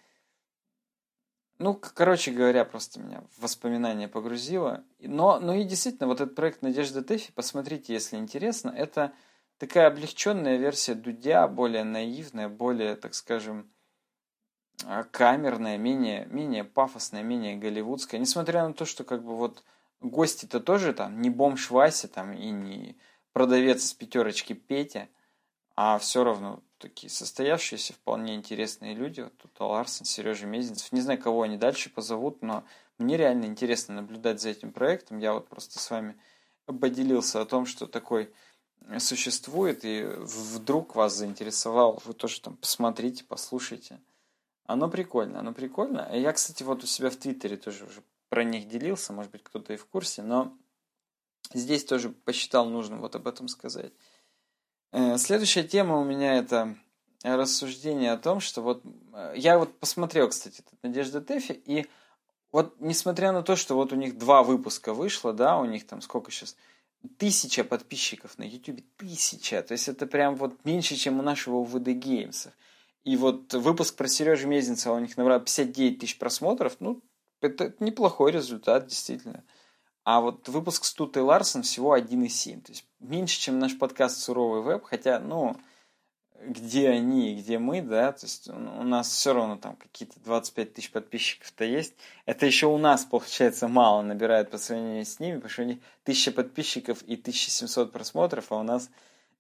ну, короче говоря, просто меня в воспоминания погрузило. Но и действительно, вот этот проект «Надежда Тэфи», посмотрите, если интересно, это такая облегченная версия Дудя, более наивная, более, так скажем, камерная, менее пафосная, менее голливудская. Несмотря на то, что как бы вот гости-то тоже там не бомж Вася там и не продавец из пятерочки Петя, а все равно такие состоявшиеся, вполне интересные люди. Вот тут Ларсон, Сережа Мезенцев. Не знаю, кого они дальше позовут, но мне реально интересно наблюдать за этим проектом. Я вот просто с вами поделился о том, что такой существует, и вдруг вас заинтересовал, вы тоже там посмотрите, послушайте. Оно прикольно, оно прикольно. Я, кстати, вот у себя в Твиттере тоже уже про них делился, может быть, кто-то и в курсе, но здесь тоже посчитал нужным вот об этом сказать. Следующая тема у меня это рассуждение о том, что вот я вот посмотрел, кстати, Надежда Тэфи, и вот несмотря на то, что вот у них 2 выпуска вышло, да, у них там сколько сейчас, 1000 подписчиков на YouTube, 1000, то есть это прям вот меньше, чем у нашего УВД Геймсов. И вот выпуск про Сережу Мезенцева у них набрал 59 тысяч просмотров, ну, это неплохой результат, действительно. А вот выпуск с Тутой Ларсон всего 1,7. То есть меньше, чем наш подкаст «Суровый веб», хотя, ну, где они и где мы, да, то есть у нас все равно там какие-то 25 тысяч подписчиков-то есть. Это еще у нас, получается, мало набирает по сравнению с ними, потому что у них 1000 подписчиков и 1700 просмотров, а у нас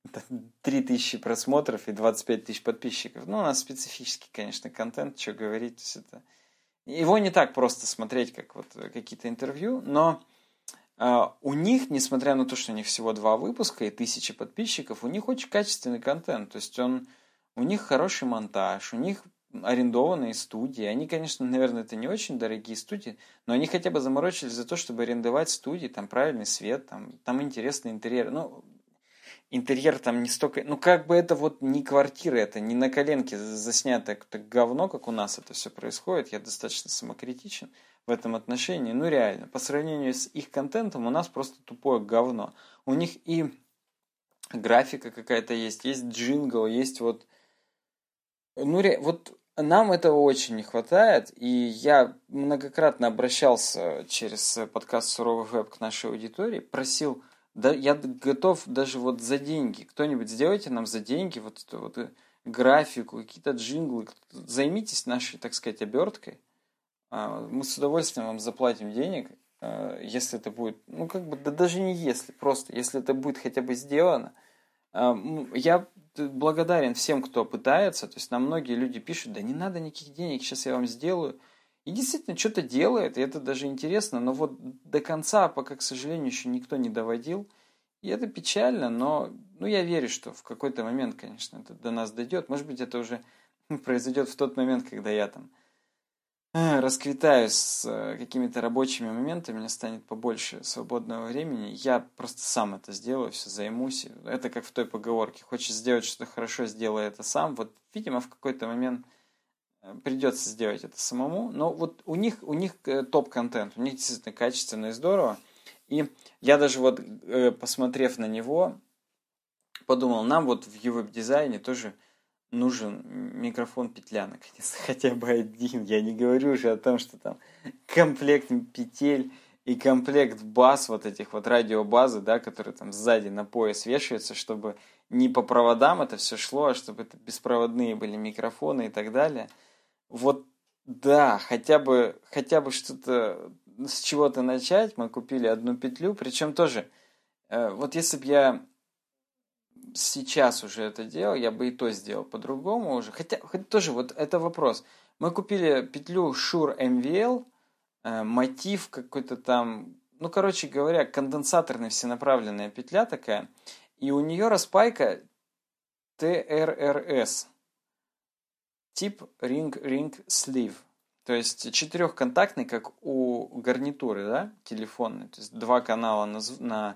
3000 просмотров и 25 тысяч подписчиков. Ну, у нас специфический, конечно, контент, что говорить. То есть это... Его не так просто смотреть, как вот какие-то интервью, но у них, несмотря на то, что у них всего 2 выпуска и 1000 подписчиков, у них очень качественный контент. То есть у них хороший монтаж, у них арендованные студии. Они, конечно, наверное, это не очень дорогие студии, но они хотя бы заморочились за то, чтобы арендовать студии, там правильный свет, там интересный интерьер. Ну, интерьер там не столько... Ну, как бы это вот не квартира, это не на коленке заснятое какое-то говно, как у нас это все происходит. Я достаточно самокритичен в этом отношении. Ну, реально, по сравнению с их контентом у нас просто тупое говно. У них и графика какая-то есть джингл, есть вот... Ну, вот нам этого очень не хватает, и я многократно обращался через подкаст «Суровый веб» к нашей аудитории, просил... Да, я готов даже вот за деньги. Кто-нибудь сделайте нам за деньги вот эту вот графику, какие-то джинглы. Займитесь нашей, так сказать, оберткой. Мы с удовольствием вам заплатим денег, если это будет, ну как бы, да даже не если, просто если это будет хотя бы сделано. Я благодарен всем, кто пытается. То есть нам многие люди пишут, да не надо никаких денег, сейчас я вам сделаю. И действительно что-то делает, и это даже интересно, но вот до конца пока, к сожалению, еще никто не доводил. И это печально, но я верю, что в какой-то момент, конечно, это до нас дойдет. Может быть, это уже произойдет в тот момент, когда я там расквитаю с какими-то рабочими моментами, у меня станет побольше свободного времени. Я просто сам это сделаю, все займусь. Это как в той поговорке. Хочешь сделать что-то хорошо, сделай это сам. Вот, видимо, в какой-то момент придется сделать это самому, но вот у них топ-контент, у них действительно качественно и здорово. И я даже вот, посмотрев на него, подумал, нам вот в UWeb-дизайне тоже нужен микрофон петля, наконец, хотя бы один. Я не говорю уже о том, что там комплект петель и комплект баз, вот этих вот радиобазы, да, которые там сзади на пояс вешаются, чтобы не по проводам это все шло, а чтобы это беспроводные были микрофоны и так далее. Вот да, хотя бы что-то с чего-то начать. Мы купили одну петлю, причем тоже, вот если бы я сейчас уже это делал, я бы и то сделал по-другому уже. Хотя тоже вот это вопрос. Мы купили петлю Shure MVL, мотив какой-то там, ну, короче говоря, конденсаторная всенаправленная петля такая, и у нее распайка TRRS, тип Ring Sleeve. То есть четырехконтактный, как у гарнитуры, да, телефонный. То есть два канала на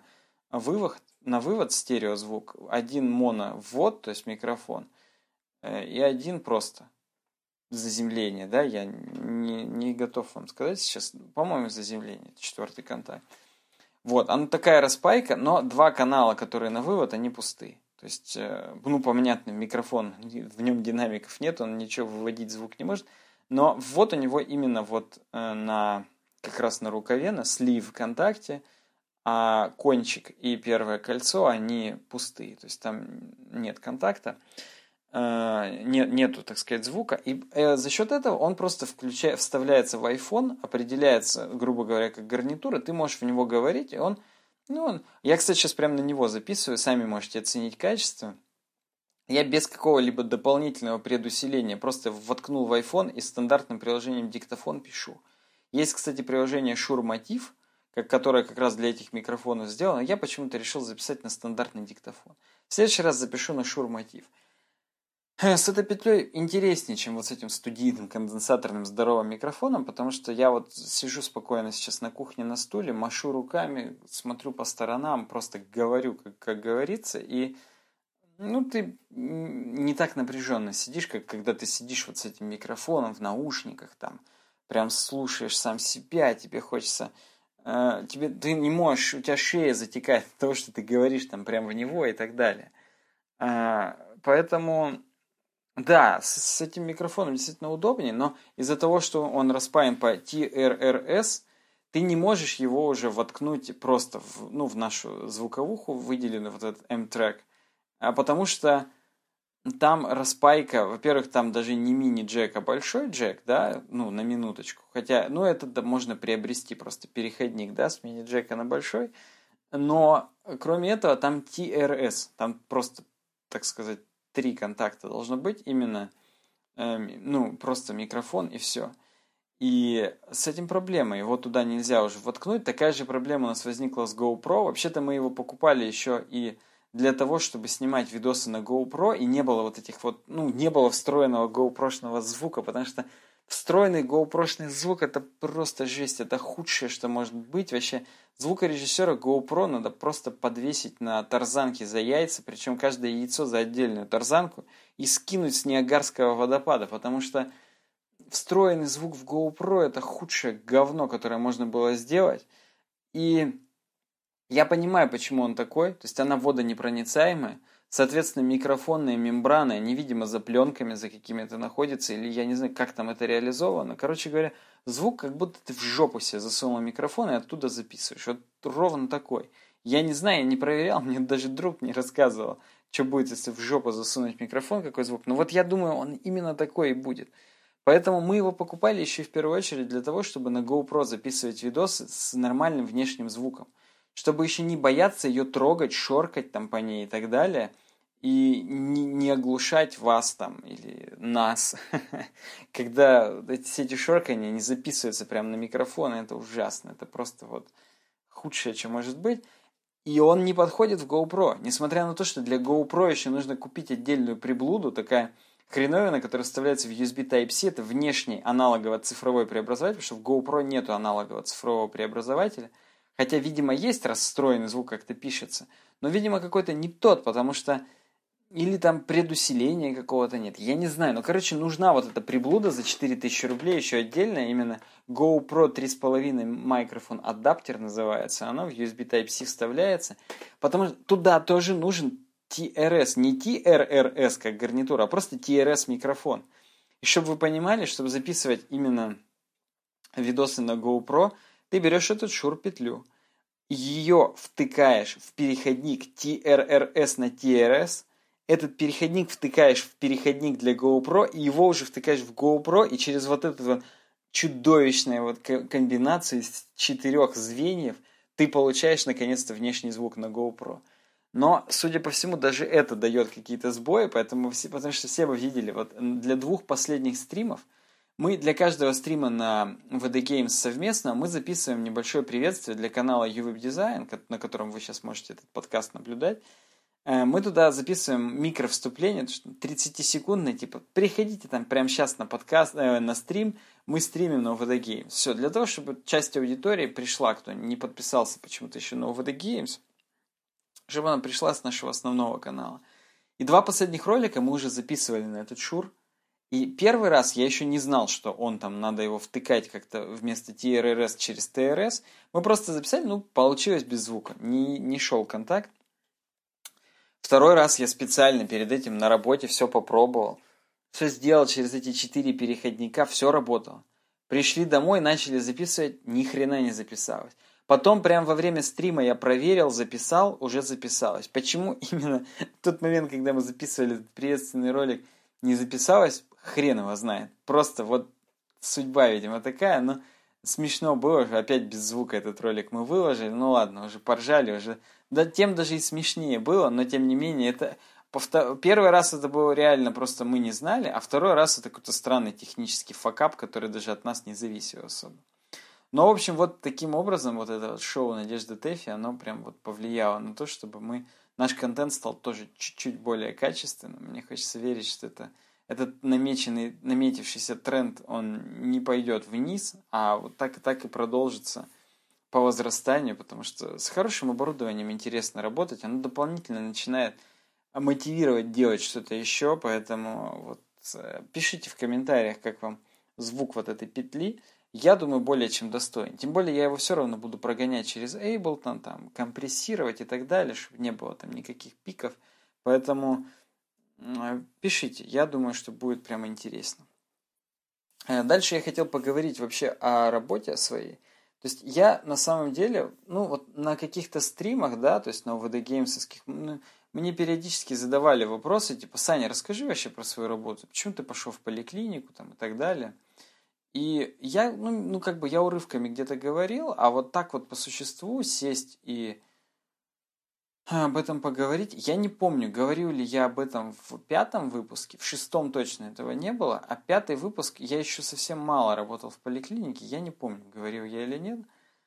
вывод стереозвук, один моно-ввод, то есть микрофон, и один просто заземление, да, я не готов вам сказать сейчас, по-моему, заземление, четвертый контакт. Вот, она такая распайка, но два канала, которые на вывод, они пустые. То есть, ну, понятно, микрофон, в нем динамиков нет, он ничего выводить звук не может, но вот у него именно вот как раз на рукаве, на слив в контакте, а кончик и первое кольцо, они пустые, то есть там нет контакта, нету, так сказать, звука, и за счет этого он просто вставляется в iPhone, определяется, грубо говоря, как гарнитура, ты можешь в него говорить, и я, кстати, сейчас прямо на него записываю, сами можете оценить качество. Я без какого-либо дополнительного предусиления просто воткнул в iPhone и стандартным приложением диктофон пишу. Есть, кстати, приложение Shure Motif, которое как раз для этих микрофонов сделано. Я почему-то решил записать на стандартный диктофон. В следующий раз запишу на Shure Motif. С этой петлей интереснее, чем вот с этим студийным конденсаторным здоровым микрофоном, потому что я вот сижу спокойно сейчас на кухне на стуле, машу руками, смотрю по сторонам, просто говорю, как говорится, и ну, ты не так напряженно сидишь, как когда ты сидишь вот с этим микрофоном в наушниках, там, прям слушаешь сам себя, тебе хочется... ты не можешь, у тебя шея затекает от того, что ты говоришь там прям в него и так далее. Поэтому... Да, с этим микрофоном действительно удобнее, но из-за того, что он распаян по TRRS, ты не можешь его уже воткнуть просто в нашу звуковуху, выделенную вот этот M-трек, потому что там распайка, во-первых, там даже не мини-джек, а большой джек, да, на минуточку, хотя, это можно приобрести просто переходник, да, с мини-джека на большой, но кроме этого там TRS, там просто, так сказать, 3 контакта должно быть, именно, просто микрофон и все. И с этим проблема, его туда нельзя уже воткнуть. Такая же проблема у нас возникла с GoPro. Вообще-то мы его покупали еще и для того, чтобы снимать видосы на GoPro, и не было вот этих вот, не было встроенного GoPro-шного звука, потому что встроенный GoPro-шный звук — это просто жесть, это худшее, что может быть. Вообще, звукорежиссера GoPro надо просто подвесить на тарзанке за яйца, причем каждое яйцо за отдельную тарзанку, и скинуть с Ниагарского водопада, потому что встроенный звук в GoPro — это худшее говно, которое можно было сделать. И я понимаю, почему он такой, то есть она водонепроницаемая, соответственно, микрофонная мембрана, невидимо за пленками, за какими-то находится, или я не знаю, как там это реализовано. Короче говоря, звук, как будто ты в жопу себе засунул микрофон и оттуда записываешь. Вот ровно такой. Я не знаю, я не проверял, мне даже друг не рассказывал, что будет, если в жопу засунуть микрофон, какой звук. Но вот я думаю, он именно такой и будет. Поэтому мы его покупали еще в первую очередь для того, чтобы на GoPro записывать видосы с нормальным внешним звуком. Чтобы еще не бояться ее трогать, шоркать там по ней и так далее. И не оглушать вас там или нас, когда все эти шоркания не записываются прямо на микрофон, это ужасно, это просто вот худшее, что может быть. И он не подходит в GoPro, несмотря на то, что для GoPro еще нужно купить отдельную приблуду, такая хреновина, которая вставляется в USB Type-C, это внешний аналогово-цифровой преобразователь, потому что в GoPro нету аналогово-цифрового преобразователя, хотя, видимо, есть расстроенный звук, как-то пишется, но, видимо, какой-то не тот, потому что или там предусиления какого-то нет. Я не знаю. Но, короче, нужна вот эта приблуда за 4000 рублей еще отдельно. Именно GoPro 3.5 микрофон адаптер называется. Оно в USB Type-C вставляется. Потому что туда тоже нужен TRS. Не TRRS как гарнитура, а просто TRS микрофон. И чтобы вы понимали, чтобы записывать именно видосы на GoPro, ты берешь эту Shure-петлю. Ее втыкаешь в переходник TRRS на TRS. Этот переходник втыкаешь в переходник для GoPro, и его уже втыкаешь в GoPro, и через вот эту вот чудовищную вот комбинацию из 4 звеньев ты получаешь наконец-то внешний звук на GoPro. Но, судя по всему, даже это дает какие-то сбои, потому что все вы видели, вот для 2 последних стримов мы для каждого стрима на VD Games совместно мы записываем небольшое приветствие для канала UWeb Design, на котором вы сейчас можете этот подкаст наблюдать. Мы туда записываем микровступление, 30-секундное, типа, приходите там прямо сейчас на подкаст, на стрим, мы стримим на VD Games. Все, для того, чтобы часть аудитории пришла, кто не подписался почему-то еще на VD Games, чтобы она пришла с нашего основного канала. И 2 последних ролика мы уже записывали на этот шур. И первый раз я еще не знал, что он там, надо его втыкать как-то вместо TRRS через TRS. Мы просто записали, получилось без звука, не шел контакт. Второй раз я специально перед этим на работе все попробовал. Все сделал через эти 4 переходника, все работало. Пришли домой, начали записывать, ни хрена не записалось. Потом прямо во время стрима я проверил, записал, уже записалось. Почему именно в тот момент, когда мы записывали этот приветственный ролик, не записалось, хрен его знает. Просто вот судьба, видимо, такая, но смешно было, опять без звука этот ролик мы выложили, ну ладно, уже поржали, уже, да, тем даже и смешнее было, но тем не менее, это первый раз это было реально просто мы не знали, а второй раз это какой-то странный технический факап, который даже от нас не зависел особо. Но, в общем, вот таким образом вот это вот шоу Надежды Тэфи, оно прям вот повлияло на то, чтобы наш контент стал тоже чуть-чуть более качественным. Мне хочется верить, что этот наметившийся тренд, он не пойдет вниз, а вот так и продолжится по возрастанию, потому что с хорошим оборудованием интересно работать, оно дополнительно начинает мотивировать делать что-то еще, поэтому вот пишите в комментариях, как вам звук вот этой петли. Я думаю, более чем достоин. Тем более, я его все равно буду прогонять через Ableton, там, компрессировать и так далее, чтобы не было там никаких пиков. Поэтому пишите. Я думаю, что будет прямо интересно. Дальше я хотел поговорить вообще о работе своей. То есть, я на самом деле, вот на каких-то стримах, да, то есть на VD Games, мне периодически задавали вопросы, типа, Саня, расскажи вообще про свою работу. Почему ты пошел в поликлинику там, и так далее. И я, я урывками где-то говорил, а вот так вот по существу сесть и об этом поговорить, я не помню, говорил ли я об этом в 5-м выпуске, в 6-м точно этого не было, а 5-й выпуск, я еще совсем мало работал в поликлинике, я не помню, говорил я или нет,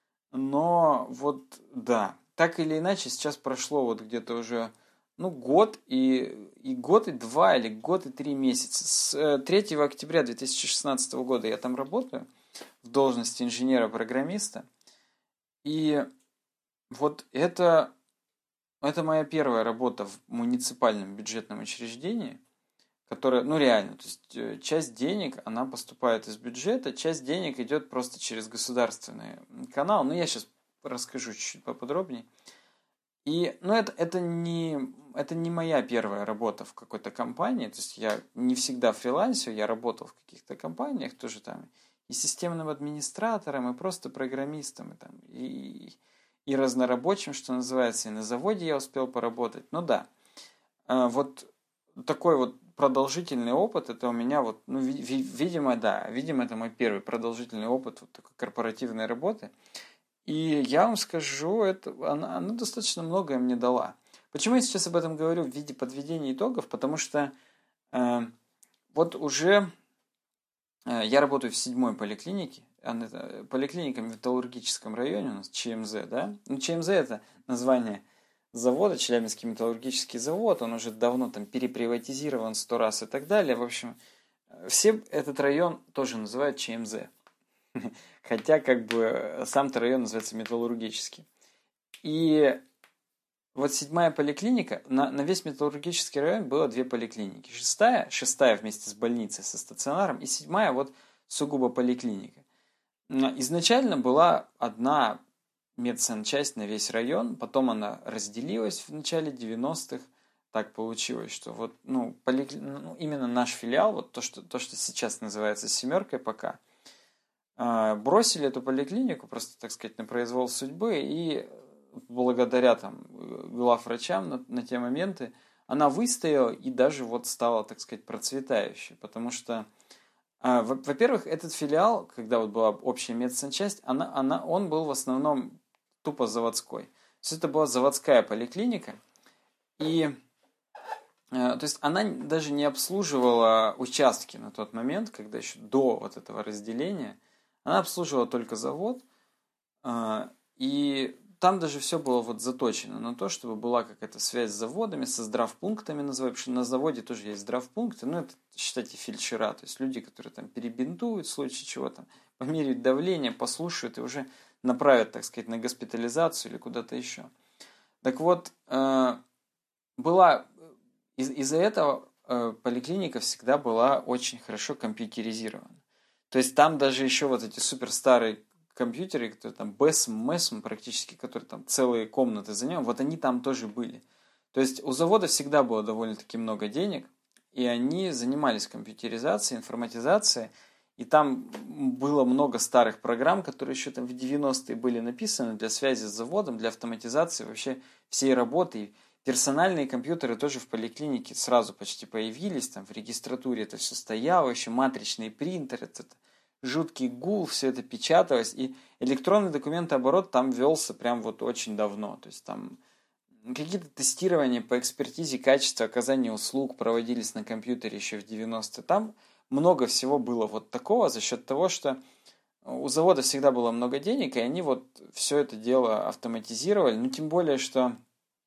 но вот да, так или иначе, сейчас прошло вот где-то уже год и год и 2 или год и 3 месяца. С 3 октября 2016 года я там работаю в должности инженера-программиста. И вот это моя первая работа в муниципальном бюджетном учреждении, которая, реально, то есть часть денег, она поступает из бюджета, часть денег идет просто через государственный канал. Я сейчас расскажу чуть-чуть поподробнее. И, это не моя первая работа в какой-то компании, то есть я не всегда фрилансил, я работал в каких-то компаниях тоже там и системным администратором, и просто программистом, и, там, и разнорабочим, что называется, и на заводе я успел поработать. Да, вот такой вот продолжительный опыт, это у меня вот, видимо, это мой первый продолжительный опыт вот такой корпоративной работы. И я вам скажу, она достаточно многое мне дала. Почему я сейчас об этом говорю в виде подведения итогов? Потому что вот уже я работаю в 7-й поликлинике, поликлиника в металлургическом районе, у нас ЧМЗ, да? ЧМЗ это название завода, Челябинский металлургический завод, он уже давно там переприватизирован 100 раз и так далее. В общем, все этот район тоже называют ЧМЗ. Хотя, сам-то район называется металлургический. И вот 7-я поликлиника, на весь металлургический район было 2 поликлиники. 6-я вместе с больницей, со стационаром, и 7-я вот сугубо поликлиника. Изначально была одна медсанчасть на весь район, потом она разделилась в начале 90-х. Так получилось, что вот, именно наш филиал, вот то, что сейчас называется 7-й пока, бросили эту поликлинику просто, так сказать, на произвол судьбы, и благодаря там главврачам на те моменты она выстояла и даже вот стала, так сказать, процветающей, потому что, во-первых, этот филиал, когда вот была общая медсанчасть, он был в основном тупо заводской. То есть это была заводская поликлиника, И, то есть, она даже не обслуживала участки на тот момент, когда еще до вот этого разделения. Она обслуживала только завод, и там даже все было вот заточено на то, чтобы была какая-то связь с заводами, со здравпунктами называют, потому что на заводе тоже есть здравпункты, ну, это, считайте, фельдшера, то есть люди, которые там перебинтуют в случае чего там, померяют давление, послушают и уже направят, так сказать, на госпитализацию или куда-то еще. Так вот, из-за этого поликлиника всегда была очень хорошо компьютеризирована. То есть там даже еще вот эти суперстарые компьютеры, которые там BESM, практически, которые там целые комнаты занимают, вот они там тоже были. То есть у завода всегда было довольно-таки много денег, и они занимались компьютеризацией, информатизацией, и там было много старых программ, которые еще там в 90-е были написаны для связи с заводом, для автоматизации вообще всей работы. И персональные компьютеры тоже в поликлинике сразу почти появились, там в регистратуре это все стояло, еще матричный принтер, это жуткий гул, все это печаталось, и электронный документооборот там велся прям вот очень давно. То есть там какие-то тестирования по экспертизе качества оказания услуг проводились на компьютере еще в 90-е. Там много всего было вот такого за счет того, что у завода всегда было много денег, и они вот все это дело автоматизировали. Ну, тем более, что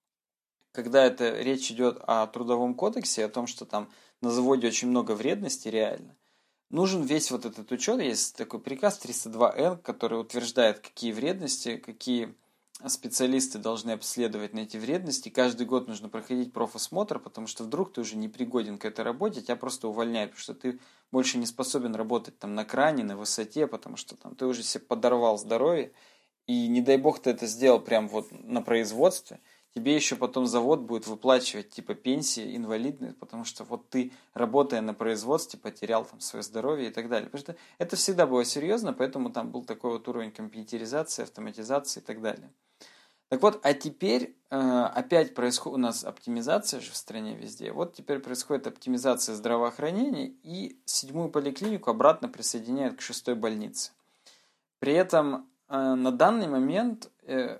когда это речь идет о трудовом кодексе, о том, что там на заводе очень много вредности реально, нужен весь вот этот учет. Есть такой приказ 302Н, который утверждает, какие вредности, какие специалисты должны обследовать на эти вредности. Каждый год нужно проходить профосмотр, потому что вдруг ты уже не пригоден к этой работе, тебя просто увольняют, потому что ты больше не способен работать там на кране, на высоте, потому что там ты уже себе подорвал здоровье, и не дай бог ты это сделал прям вот на производстве, тебе еще потом завод будет выплачивать типа пенсии инвалидные, потому что вот ты, работая на производстве, потерял там свое здоровье и так далее. Потому что это всегда было серьезно, поэтому там был такой вот уровень компьютеризации, автоматизации и так далее. Так вот, а теперь опять происходит у нас оптимизация же в стране везде. Вот теперь происходит оптимизация здравоохранения, и 7-ю поликлинику обратно присоединяют к 6-й больнице. При этом на данный момент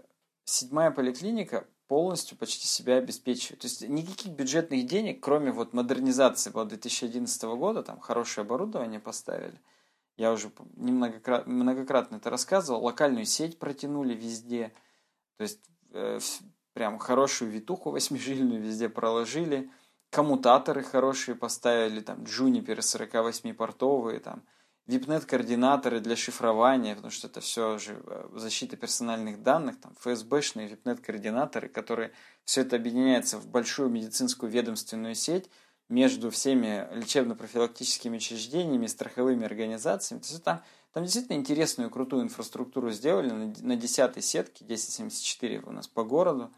7-я поликлиника полностью почти себя обеспечивает. То есть никаких бюджетных денег, кроме вот модернизации было 2011 года, там хорошее оборудование поставили. Я уже многократно это рассказывал. Локальную сеть протянули везде. То есть прям хорошую витуху 8-жильную везде проложили. Коммутаторы хорошие поставили, там джуниперы 48-портовые, там випнет-координаторы для шифрования, потому что это все же защита персональных данных, там ФСБшные випнет-координаторы, которые все это объединяется в большую медицинскую ведомственную сеть между всеми лечебно-профилактическими учреждениями, страховыми организациями. То есть там действительно интересную, крутую инфраструктуру сделали на 10-й сетке, 1074 у нас по городу.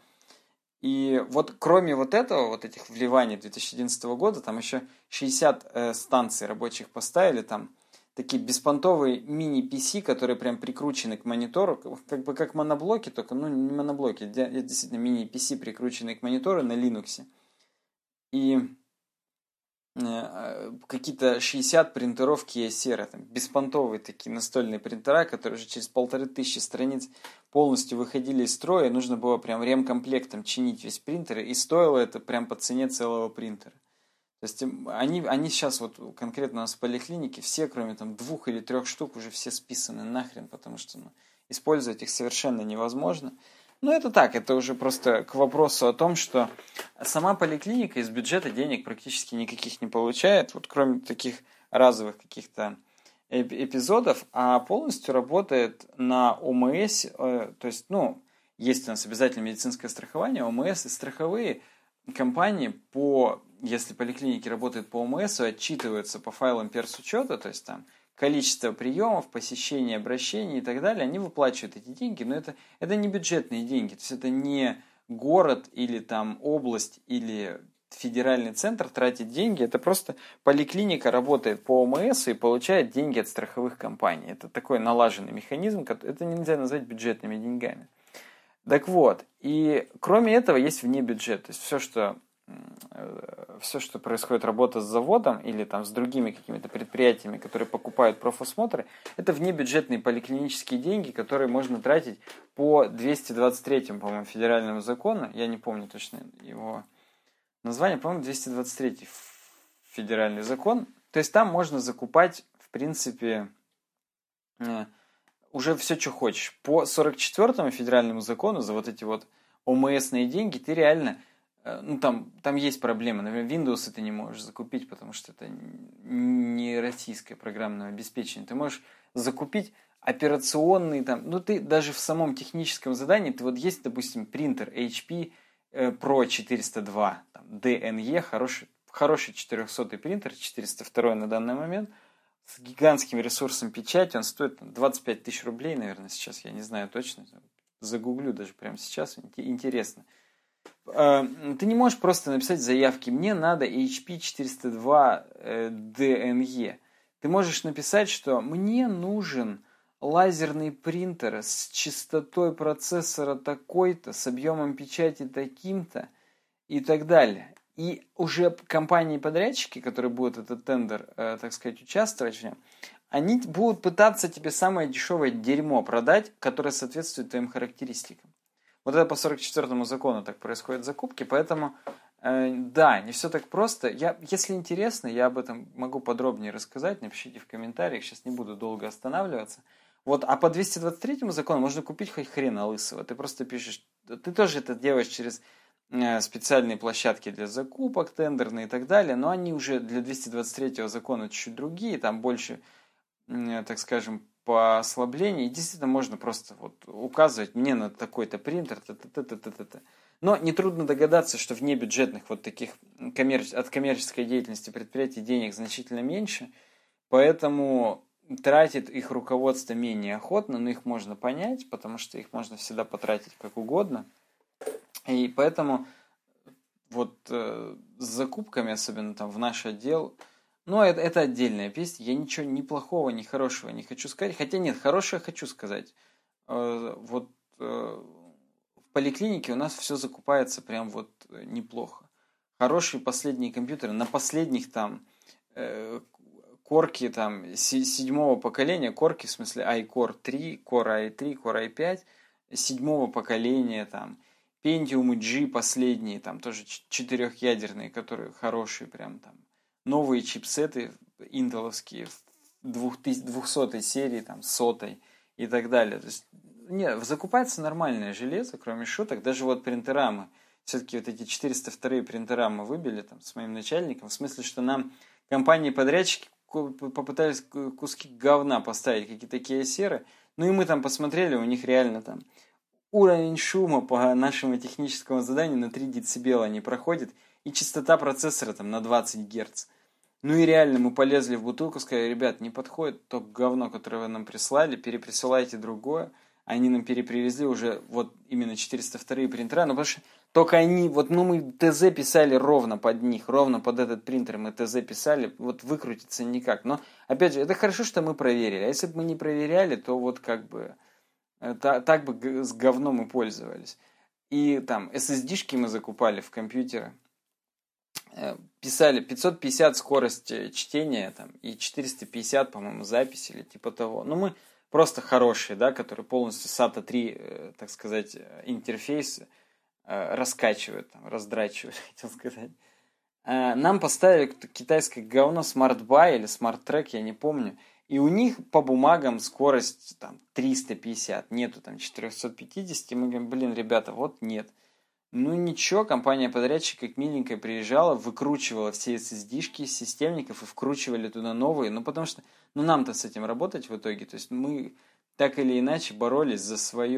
И вот кроме вот этого, вот этих вливаний 2011 года, там еще 60 станций рабочих поставили, там такие беспонтовые мини-PC, которые прям прикручены к монитору, как бы как моноблоки, только, ну, не моноблоки, это действительно мини-PC, прикрученные к монитору на Linux. И какие-то 60 принтеров Kyocera, там, беспонтовые такие настольные принтера, которые уже через 1500 страниц полностью выходили из строя, нужно было прям ремкомплектом чинить весь принтер, и стоило это прям по цене целого принтера. То есть они сейчас вот конкретно у нас в поликлинике все, кроме там 2 или 3 штук, уже все списаны нахрен, потому что использовать их совершенно невозможно. Ну, это так, это уже просто к вопросу о том, что сама поликлиника из бюджета денег практически никаких не получает, вот кроме таких разовых каких-то эпизодов, а полностью работает на ОМС, то есть, ну, есть у нас обязательно медицинское страхование, ОМС и страховые компании если поликлиники работают по ОМС, отчитываются по файлам персучета, то есть там количество приемов, посещений, обращений и так далее, они выплачивают эти деньги, но это не бюджетные деньги, то есть это не город или там область или федеральный центр тратит деньги, это просто поликлиника работает по ОМС и получает деньги от страховых компаний. Это такой налаженный механизм, это нельзя назвать бюджетными деньгами. Так вот, и кроме этого есть внебюджет, то есть все, что происходит, работа с заводом или там с другими какими-то предприятиями, которые покупают профосмотры, это внебюджетные поликлинические деньги, которые можно тратить по 223, по-моему, федеральному закону, я не помню точно его Название, по-моему, 223 федеральный закон. То есть там можно закупать, в принципе, уже все, что хочешь. По 44-му федеральному закону за вот эти вот ОМСные деньги ты реально, ну там есть проблемы. Например, Windows ты не можешь закупить, потому что это не российское программное обеспечение. Ты можешь закупить операционный там, ну ты даже в самом техническом задании, ты вот есть, допустим, принтер HP Pro 402, там, DNE, хороший 400-й принтер, 402 на данный момент, с гигантским ресурсом печати, он стоит 25 тысяч рублей, наверное, сейчас, я не знаю точно, загуглю даже прямо сейчас, интересно. Ты не можешь просто написать заявки, мне надо HP 402 DNE. Ты можешь написать, что мне нужен лазерный принтер с частотой процессора такой-то, с объемом печати таким-то и так далее. И уже компании-подрядчики, которые будут этот тендер, так сказать, участвовать в нем, они будут пытаться тебе самое дешевое дерьмо продать, которое соответствует твоим характеристикам. Вот это по 44-му закону так происходят закупки, поэтому, да, не все так просто. Если интересно, я об этом могу подробнее рассказать, напишите в комментариях, сейчас не буду долго останавливаться. Вот, а по 223-му закону можно купить хоть хрена лысого. Ты просто пишешь, ты тоже это делаешь через специальные площадки для закупок, тендерные и так далее, но они уже для 223-го закона чуть-чуть другие, там больше, так скажем, по ослаблению. И действительно можно просто вот указывать мне на такой-то принтер, та-та-та-та-та-та. Но нетрудно догадаться, что вне бюджетных вот таких от коммерческой деятельности предприятий денег значительно меньше, поэтому тратит их руководство менее охотно, но их можно понять, потому что их можно всегда потратить как угодно. И поэтому вот с закупками, особенно там в наш отдел, ну, это отдельная песня. Я ничего ни плохого, ни хорошего не хочу сказать. Хотя нет, хорошее хочу сказать. Вот в поликлинике у нас все закупается прям вот неплохо. Хорошие последние компьютеры. На последних там корки там 7-го поколения, корки в смысле iCore 3, Core i3, Core i5, 7-го поколения там, Pentium G последние, там тоже 4-ядерные, которые хорошие прям там, новые чипсеты интеловские, 200-й серии, там, 100-й и так далее. То есть, нет, закупается нормальное железо, кроме шуток, даже вот принтера мы, все-таки вот эти 402-е принтера мы выбили там с моим начальником, в смысле, что нам компании-подрядчики попытались куски говна поставить, какие-то кейсеры, ну и мы там посмотрели, у них реально там уровень шума по нашему техническому заданию на 3 дБ не проходит, и частота процессора там на 20 Гц. Ну и реально мы полезли в бутылку, сказали, ребят, не подходит то говно, которое вы нам прислали, переприсылайте другое. Они нам перепривезли уже вот именно 402-е принтера, но потому что только они, вот ну мы ТЗ писали ровно под них, ровно под этот принтер мы ТЗ писали, вот выкрутиться никак. Но опять же, это хорошо, что мы проверили, а если бы мы не проверяли, то вот как бы так бы с говном мы пользовались. И там SSD-шки мы закупали в компьютеры, писали 550 скорость чтения там, и 450, по-моему, запись или типа того. Ну, мы просто хорошие, да, которые полностью SATA 3, так сказать, интерфейс раскачивают, там, раздрачивают, хотел сказать. Нам поставили китайское говно Smart Buy или Smart Track, я не помню. И у них по бумагам скорость там 350, нету там 450. И мы говорим, блин, ребята, вот нет. Ну ничего, компания-подрядчик как миленькая приезжала, выкручивала все SSD-шки из системников и вкручивали туда новые. Ну потому что, ну нам-то с этим работать в итоге. То есть мы так или иначе боролись за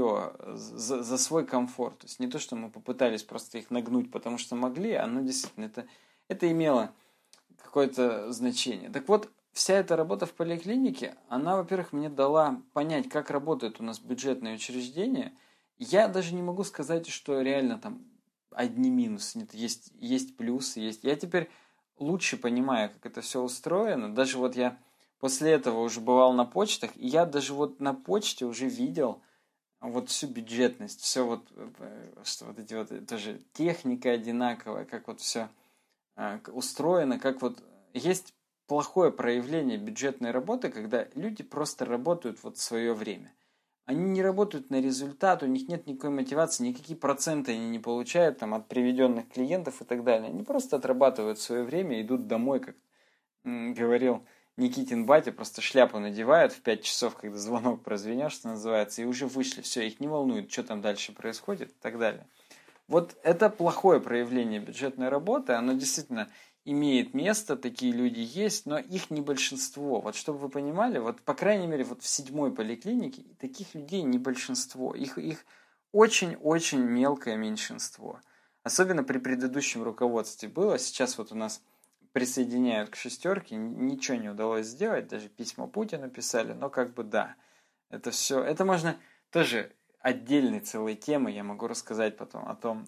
за свой комфорт. То есть не то, что мы попытались просто их нагнуть, потому что могли, а ну действительно это имело какое-то значение. Так вот, вся эта работа в поликлинике, она, во-первых, мне дала понять, как работает у нас бюджетное учреждение. Я даже не могу сказать, что реально там одни минусы. Нет, есть плюсы, есть. Я теперь лучше понимаю, как это все устроено. Даже вот я после этого уже бывал на почтах, и я даже вот на почте уже видел вот всю бюджетность, все вот, что вот эти вот тоже техника одинаковая, как вот все устроено, как вот есть плохое проявление бюджетной работы, когда люди просто работают вот в свое время. Они не работают на результат, у них нет никакой мотивации, никакие проценты они не получают там, от приведенных клиентов и так далее. Они просто отрабатывают свое время, идут домой, как говорил Никитин батя, просто шляпу надевают в 5 часов, когда звонок прозвенел, что называется, и уже вышли. Все, их не волнует, что там дальше происходит и так далее. Вот это плохое проявление бюджетной работы, оно действительно имеет место, такие люди есть, но их не большинство. Вот чтобы вы понимали, вот по крайней мере вот в 7-й поликлинике таких людей не большинство. Их очень-очень мелкое меньшинство. Особенно при предыдущем руководстве было. Сейчас вот у нас присоединяют к 6-ке, ничего не удалось сделать, даже письма Путину писали, но как бы да. Это все, это можно тоже отдельной целой темы, я могу рассказать потом о том,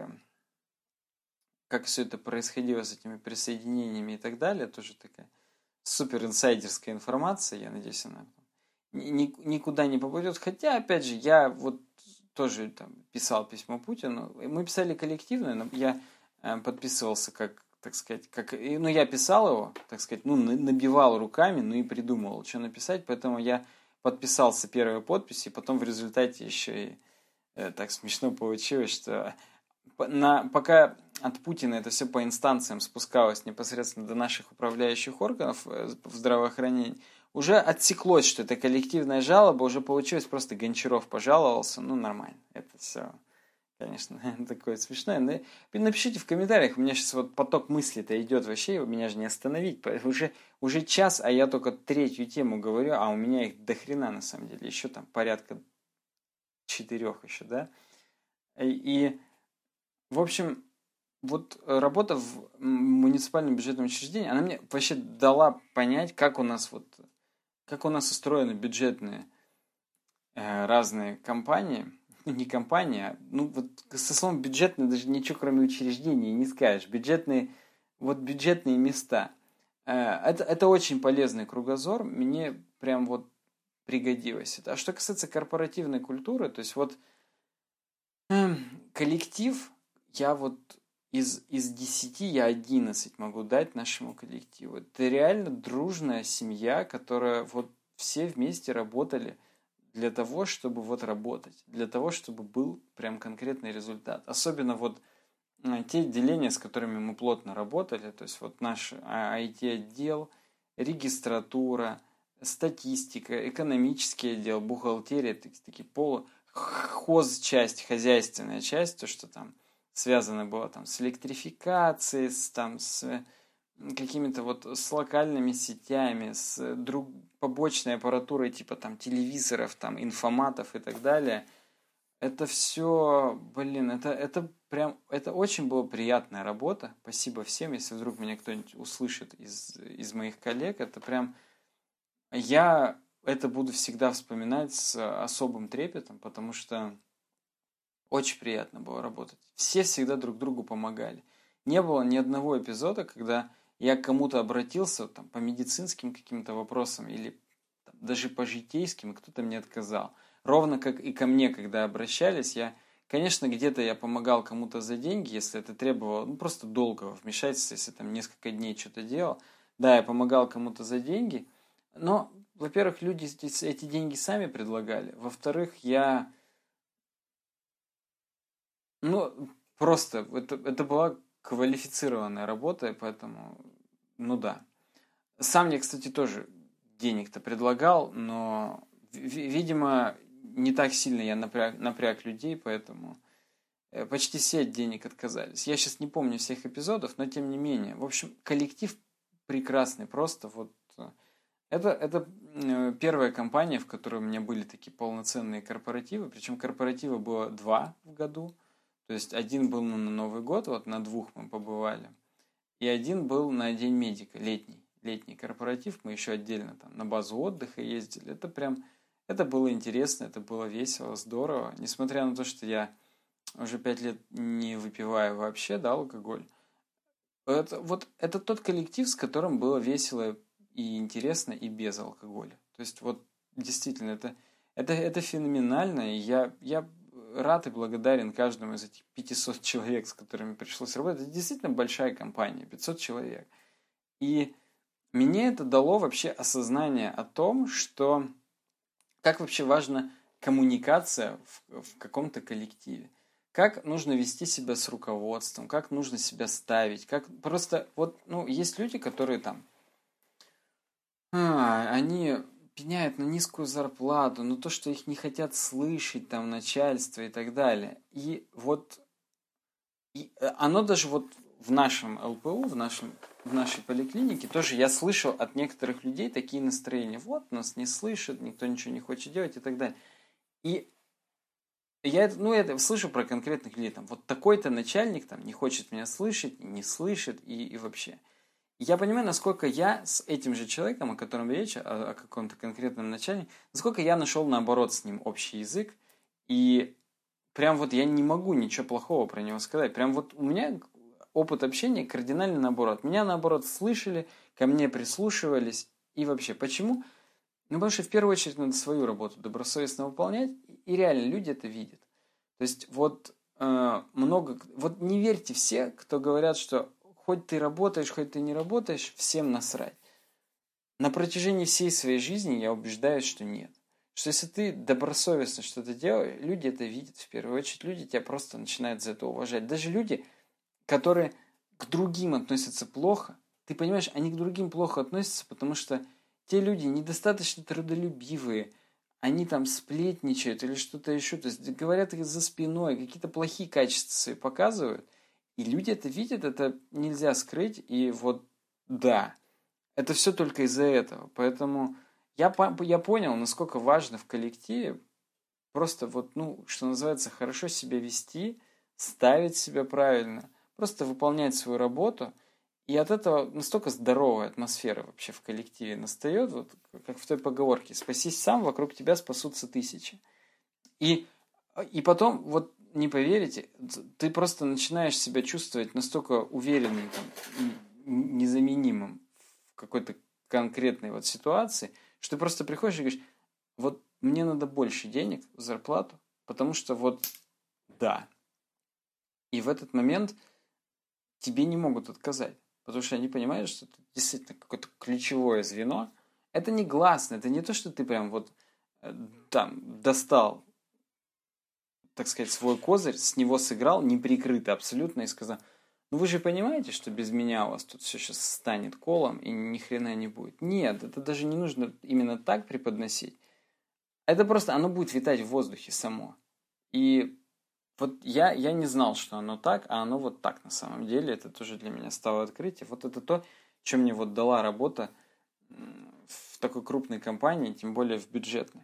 как все это происходило с этими присоединениями и так далее. Тоже такая супер инсайдерская информация, я надеюсь, она никуда не попадет. Хотя, опять же, я вот тоже там писал письмо Путину. Мы писали коллективно, но я подписывался как, так сказать, ну, я писал его, так сказать, ну, набивал руками, ну, и придумывал, что написать, поэтому я подписался первой подписью, и потом в результате еще и так смешно получилось, что пока от Путина это все по инстанциям спускалось непосредственно до наших управляющих органов в здравоохранении, уже отсеклось, что это коллективная жалоба, уже получилось, просто Гончаров пожаловался, ну, нормально, это все, конечно, такое смешное. Но напишите в комментариях, у меня сейчас вот поток мыслей-то идет вообще, меня же не остановить, уже час, а я только 3-ю тему говорю, а у меня их до хрена на самом деле, еще там порядка 4 еще, да, и в общем, вот работа в муниципальном бюджетном учреждении, она мне вообще дала понять, как у нас устроены бюджетные разные компании. Ну, не компании, а, ну, вот со словом бюджетные даже ничего кроме учреждений не скажешь. Бюджетные места. Это очень полезный кругозор, мне прям вот пригодилось это. А что касается корпоративной культуры, то есть вот коллектив, я вот из 10 я 11 могу дать нашему коллективу. Это реально дружная семья, которая вот все вместе работали для того, чтобы вот работать, для того, чтобы был прям конкретный результат. Особенно вот те отделения, с которыми мы плотно работали, то есть вот наш IT-отдел, регистратура, статистика, экономический отдел, бухгалтерия, такие хозчасть, хозяйственная часть, то, что там связано было там с электрификацией, с какими-то вот с локальными сетями, с побочной аппаратурой типа там телевизоров, там инфоматов и так далее. Это все, блин, это прям, это очень была приятная работа. Спасибо всем, если вдруг меня кто-нибудь услышит из моих коллег. Это прям, я это буду всегда вспоминать с особым трепетом, потому что очень приятно было работать. Все всегда друг другу помогали. Не было ни одного эпизода, когда я к кому-то обратился там, по медицинским каким-то вопросам или там, даже по житейским, и кто-то мне отказал. Ровно как и ко мне, когда обращались, конечно, где-то я помогал кому-то за деньги, если это требовало, ну, просто долгого вмешательства, если там несколько дней что-то делал. Да, я помогал кому-то за деньги, но, во-первых, люди эти деньги сами предлагали. Во-вторых, ну, просто, это была квалифицированная работа, и поэтому, ну да. Сам я, кстати, тоже денег-то предлагал, но, видимо, не так сильно я напряг людей, поэтому почти все от денег отказались. Я сейчас не помню всех эпизодов, но тем не менее. В общем, коллектив прекрасный, просто вот. Это первая компания, в которой у меня были такие полноценные корпоративы, причем корпоратива было 2 в году. То есть один был на Новый год, вот на 2 мы побывали, и один был на День медика, летний корпоратив, мы еще отдельно там на базу отдыха ездили. Это было интересно, это было весело, здорово. Несмотря на то, что я уже 5 лет не выпиваю вообще, да, алкоголь. Это тот коллектив, с которым было весело и интересно, и без алкоголя. То есть вот действительно это феноменально, и я рад и благодарен каждому из этих 500 человек, с которыми пришлось работать. Это действительно большая компания, 500 человек. И мне это дало вообще осознание о том, что как вообще важно коммуникация в каком-то коллективе. Как нужно вести себя с руководством, как нужно себя ставить, как просто вот, есть люди, которые там, они пеняют на низкую зарплату, на то, что их не хотят слышать там начальство и так далее. И вот оно даже вот в нашем ЛПУ, в нашей поликлинике тоже я слышал от некоторых людей такие настроения. Вот, нас не слышат, никто ничего не хочет делать и так далее. И я это слышу про конкретных людей. Там, вот такой-то начальник там не хочет меня слышать, не слышит и вообще. И я понимаю, насколько я с этим же человеком, о котором речь, о каком-то конкретном начальнике, насколько я нашел, наоборот, с ним общий язык. И прям вот я не могу ничего плохого про него сказать. Прям вот у меня опыт общения кардинально наоборот. Меня, наоборот, слышали, ко мне прислушивались. И вообще, почему? Потому что в первую очередь надо свою работу добросовестно выполнять, и реально люди это видят. То есть вот вот не верьте все, кто говорят, что хоть ты работаешь, хоть ты не работаешь, всем насрать. На протяжении всей своей жизни я убеждаюсь, что нет. Что если ты добросовестно что-то делаешь, люди это видят в первую очередь, люди тебя просто начинают за это уважать. Даже люди, которые к другим относятся плохо, ты понимаешь, они к другим плохо относятся, потому что те люди недостаточно трудолюбивые, они там сплетничают или что-то еще, то есть говорят их за спиной, какие-то плохие качества свои показывают, и люди это видят, это нельзя скрыть, и вот да, это все только из-за этого, поэтому я понял, насколько важно в коллективе просто вот, что называется, хорошо себя вести, ставить себя правильно, просто выполнять свою работу. И от этого настолько здоровая атмосфера вообще в коллективе настает, вот как в той поговорке: «Спасись сам, вокруг тебя спасутся тысячи». И потом, вот не поверите, ты просто начинаешь себя чувствовать настолько уверенным там, и незаменимым в какой-то конкретной вот ситуации, что ты просто приходишь и говоришь: вот мне надо больше денег в зарплату, потому что вот да. И в этот момент тебе не могут отказать, потому что они понимают, что ты действительно какое-то ключевое звено. Это не гласно, это не то, что ты прям вот там достал, так сказать, свой козырь, с него сыграл неприкрыто абсолютно и сказал: ну вы же понимаете, что без меня у вас тут все сейчас станет колом и ни хрена не будет. Нет, это даже не нужно именно так преподносить. Это просто, оно будет витать в воздухе само. И вот я не знал, что оно так, а оно вот так на самом деле. Это тоже для меня стало открытие. Вот это то, что мне вот дала работа в такой крупной компании, тем более в бюджетной.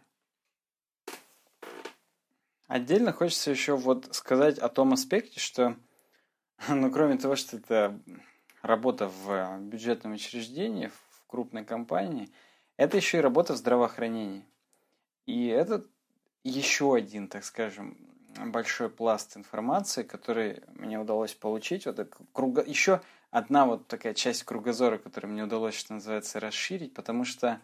Отдельно хочется еще вот сказать о том аспекте, что, кроме того, что это работа в бюджетном учреждении, в крупной компании, это еще и работа в здравоохранении. И это еще один, так скажем, большой пласт информации, который мне удалось получить. Вот еще одна вот такая часть кругозора, которую мне удалось, что называется, расширить, потому что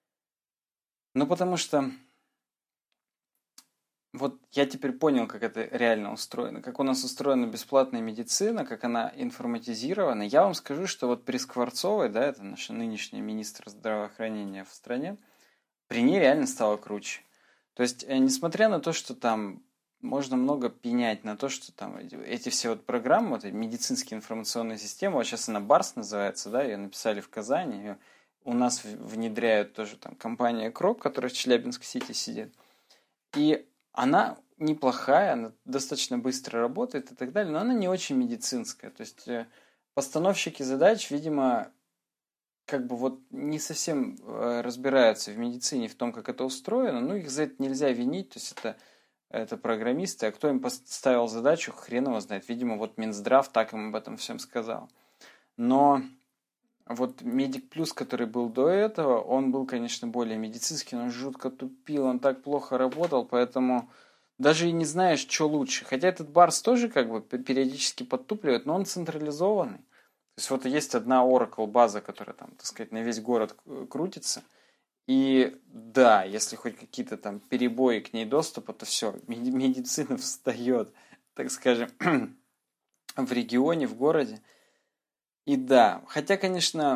вот я теперь понял, как это реально устроено, как у нас устроена бесплатная медицина, как она информатизирована. Я вам скажу, что вот при Скворцовой, да, это наша нынешняя министр здравоохранения в стране, при ней реально стало круче. То есть, несмотря на то, что там можно много пенять на то, что там эти все вот программы, вот медицинские информационные системы, вот сейчас она БАРС называется, да, ее написали в Казани, ее у нас внедряют тоже там компания Крок, которая в Челябинск-Сити сидит. И она неплохая, она достаточно быстро работает и так далее, но она не очень медицинская. То есть, постановщики задач, видимо, как бы вот не совсем разбираются в медицине, в том, как это устроено, ну, их за это нельзя винить, то есть это программисты, а кто им поставил задачу, хрен его знает. Видимо, вот Минздрав так им об этом всем сказал. Но вот Медик Плюс, который был до этого, он был, конечно, более медицинский, но он жутко тупил, он так плохо работал, поэтому даже и не знаешь, что лучше. Хотя этот Барс тоже как бы периодически подтупливает, но он централизованный. То есть вот есть одна Oracle база, которая там, так сказать, на весь город крутится. И да, если хоть какие-то там перебои к ней доступа, то все, медицина встает, так скажем, в регионе, в городе. И да, хотя, конечно,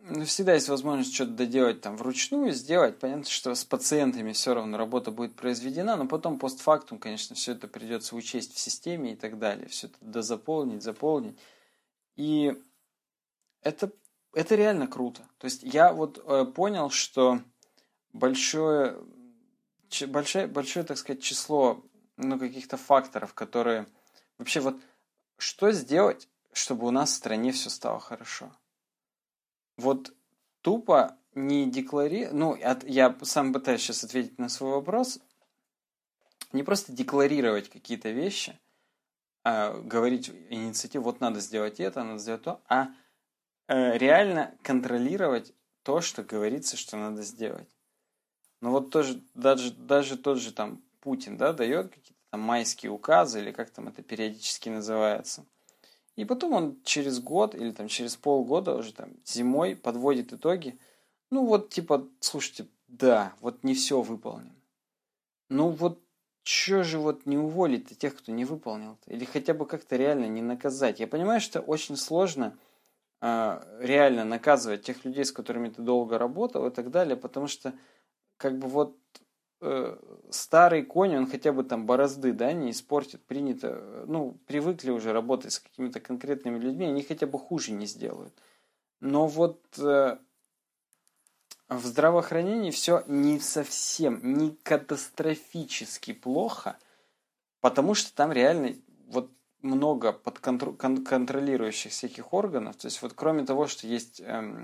всегда есть возможность что-то доделать там вручную, сделать. Понятно, что с пациентами все равно работа будет произведена, но потом постфактум, конечно, все это придется учесть в системе и так далее. Все это заполнить. И это реально круто. То есть я вот понял, что большое, так сказать, число каких-то факторов, которые... Вообще вот что сделать, чтобы у нас в стране все стало хорошо? Вот тупо не декларировать... я сам пытаюсь сейчас ответить на свой вопрос. Не просто декларировать какие-то вещи, говорить инициативу, вот надо сделать это, надо сделать то, а реально контролировать то, что говорится, что надо сделать. Но вот тоже, даже тот же там Путин, да, дает какие-то там майские указы, или как там это периодически называется. И потом он через год или там через полгода уже там зимой подводит итоги. Ну вот типа, слушайте, да, вот не все выполнено. Ну вот чё же вот не уволить-то тех, кто не выполнил-то? Или хотя бы как-то реально не наказать? Я понимаю, что очень сложно реально наказывать тех людей, с которыми ты долго работал и так далее, потому что как бы вот старый конь, он хотя бы там борозды, да, не испортит, принято, привыкли уже работать с какими-то конкретными людьми, они хотя бы хуже не сделают. Но вот в здравоохранении все не совсем, не катастрофически плохо, потому что там реально вот много контролирующих всяких органов. То есть вот кроме того, что есть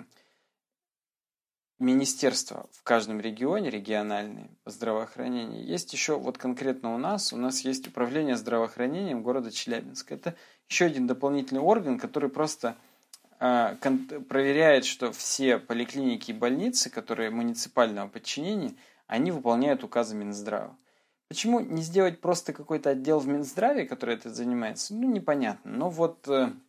министерства в каждом регионе, региональные здравоохранения, есть еще вот конкретно у нас есть управление здравоохранением города Челябинска. Это еще один дополнительный орган, который просто проверяет, что все поликлиники и больницы, которые муниципального подчинения, они выполняют указы Минздрава. Почему не сделать просто какой-то отдел в Минздраве, который это занимается? Непонятно. Но вот,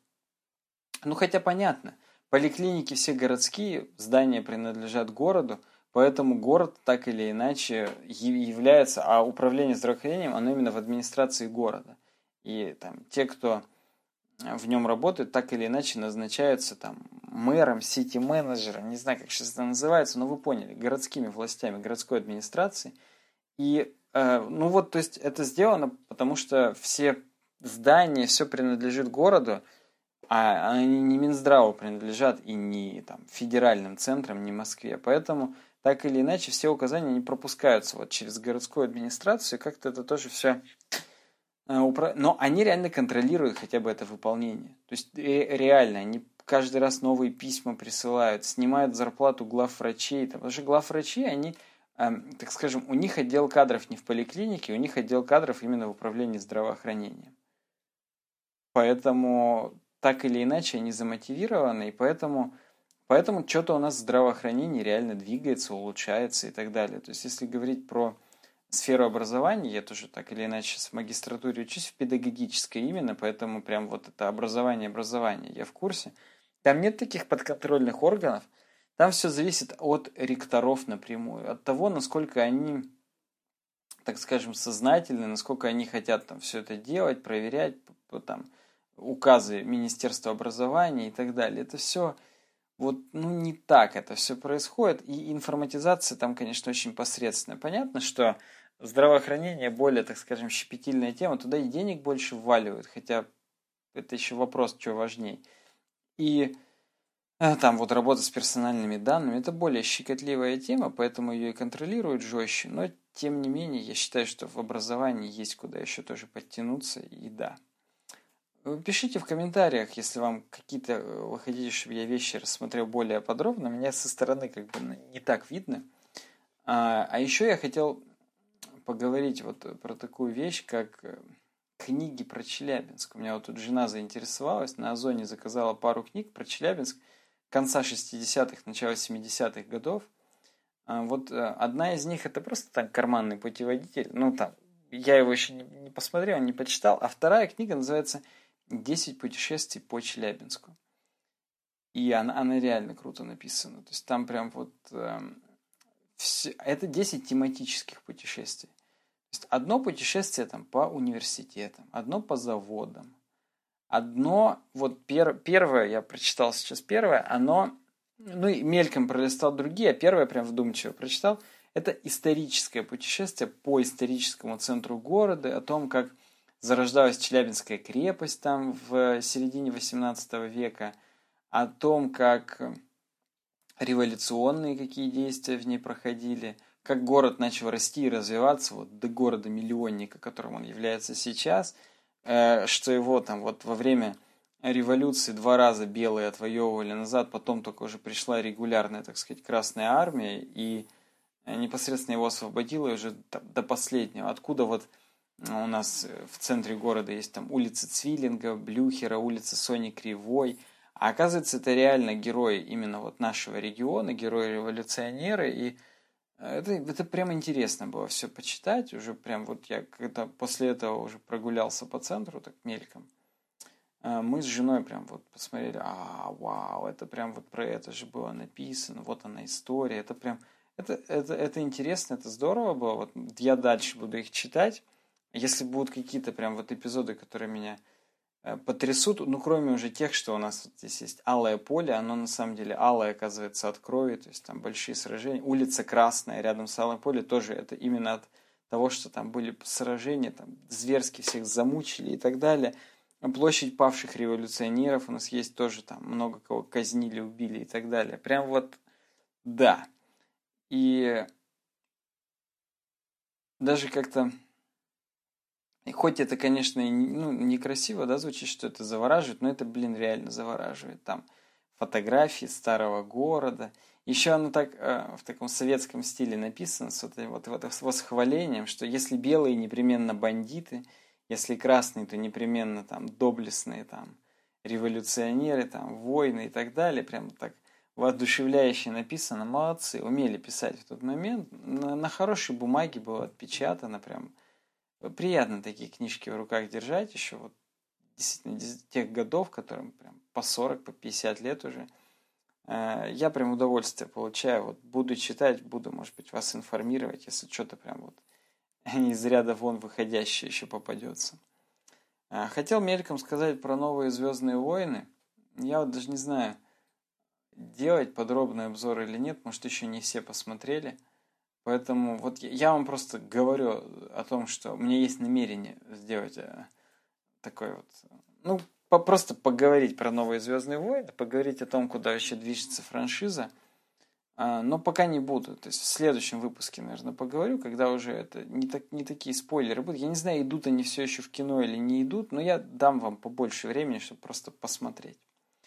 хотя понятно. Поликлиники все городские, здания принадлежат городу, поэтому город так или иначе является, а управление здравоохранением, оно именно в администрации города. И там те, кто в нем работают, так или иначе назначаются там мэром, сити-менеджером, не знаю, как сейчас это называется, но вы поняли, городскими властями, городской администрацией. И то есть это сделано, потому что все здания, все принадлежит городу, а они не Минздраву принадлежат и не там, федеральным центрам, не Москве. Поэтому так или иначе все указания не пропускаются вот через городскую администрацию, и как-то это тоже все... Но они реально контролируют хотя бы это выполнение. То есть реально, они каждый раз новые письма присылают, снимают зарплату главврачей. Потому что главврачи, они, так скажем, у них отдел кадров не в поликлинике, у них отдел кадров именно в управлении здравоохранением. Поэтому так или иначе они замотивированы, и поэтому что-то у нас в здравоохранении реально двигается, улучшается и так далее. То есть если говорить про сферу образования, я тоже так или иначе в магистратуре учусь в педагогической именно, поэтому прям вот это образование, я в курсе. Там нет таких подконтрольных органов, там все зависит от ректоров напрямую, от того, насколько они, так скажем, сознательны, насколько они хотят там все это делать, проверять, там, указы Министерства образования и так далее. Это все вот, не так это все происходит, и информатизация там, конечно, очень посредственная. Понятно, что здравоохранение более, так скажем, щепетильная тема, туда и денег больше вваливают, хотя это еще вопрос, что важней. И там вот работа с персональными данными, это более щекотливая тема, поэтому ее и контролируют жестче, но тем не менее, я считаю, что в образовании есть куда еще тоже подтянуться, и да. Пишите в комментариях, если вам какие-то вы хотите, чтобы я вещи рассмотрел более подробно. Меня со стороны как бы не так видно. А еще я хотел поговорить вот про такую вещь, как книги про Челябинск. У меня вот тут жена заинтересовалась, на Озоне заказала пару книг про Челябинск конца 60-х, начала 70-х годов. Вот одна из них это просто так карманный путеводитель. Я его еще не посмотрел, не почитал. А вторая книга называется «10 путешествий по Челябинску». И она реально круто написана. То есть там прям вот... это 10 тематических путешествий. То есть одно путешествие там по университетам, одно по заводам. Одно, вот первое, я прочитал сейчас первое, оно Ну и мельком пролистал другие, а первое прям вдумчиво прочитал. Это историческое путешествие по историческому центру города, о том, как зарождалась Челябинская крепость там в середине XVIII века, о том, как революционные какие действия в ней проходили, как город начал расти и развиваться вот до города-миллионника, которым он является сейчас, что его там вот во время революции 2 раза белые отвоевывали назад, потом только уже пришла регулярная, так сказать, Красная Армия и непосредственно его освободила уже до последнего. Откуда вот у нас в центре города есть там улица Цвиллинга, Блюхера, улица Сони Кривой. А оказывается, это реально герои именно вот нашего региона, герои-революционеры. И это прям интересно было все почитать. Уже прям вот я когда после этого уже прогулялся по центру так мельком. Мы с женой прям вот посмотрели, вау, это прям вот про это же было написано, вот она история. Это прям, это интересно, это здорово было. Вот я дальше буду их читать. Если будут какие-то прям вот эпизоды, которые меня потрясут, ну, кроме уже тех, что у нас вот здесь есть Алое поле, оно на самом деле алое, оказывается, от крови, то есть там большие сражения. Улица Красная рядом с Алым поле тоже это именно от того, что там были сражения, там зверски всех замучили и так далее. Площадь павших революционеров у нас есть тоже, там много кого казнили, убили и так далее. Прям вот, да. И даже как-то... И хоть это, конечно, ну, некрасиво, да, звучит, что это завораживает, но это, блин, реально завораживает. Там фотографии старого города. Еще оно так в таком советском стиле написано, с вот восхвалением, что если белые непременно бандиты, если красные, то непременно там доблестные там революционеры, там войны и так далее. Прям так воодушевляюще написано. Молодцы, умели писать в тот момент. На хорошей бумаге было отпечатано прям. Приятно такие книжки в руках держать еще вот действительно тех годов, которым прям по 40, по 50 лет уже. Я прям удовольствие получаю. Вот буду читать, буду, может быть, вас информировать, если что-то прям вот из ряда вон выходящее еще попадется. Хотел мельком сказать про новые «Звездные войны». Я вот даже не знаю, делать подробный обзор или нет, может, еще не все посмотрели. Поэтому вот я вам просто говорю о том, что у меня есть намерение сделать такой вот, ну, просто поговорить про новые «Звездные войны», поговорить о том, куда еще движется франшиза, но пока не буду. То есть в следующем выпуске, наверное, поговорю, когда уже это не такие спойлеры будут. Я не знаю, идут они все еще в кино или не идут, но я дам вам побольше времени, чтобы просто посмотреть.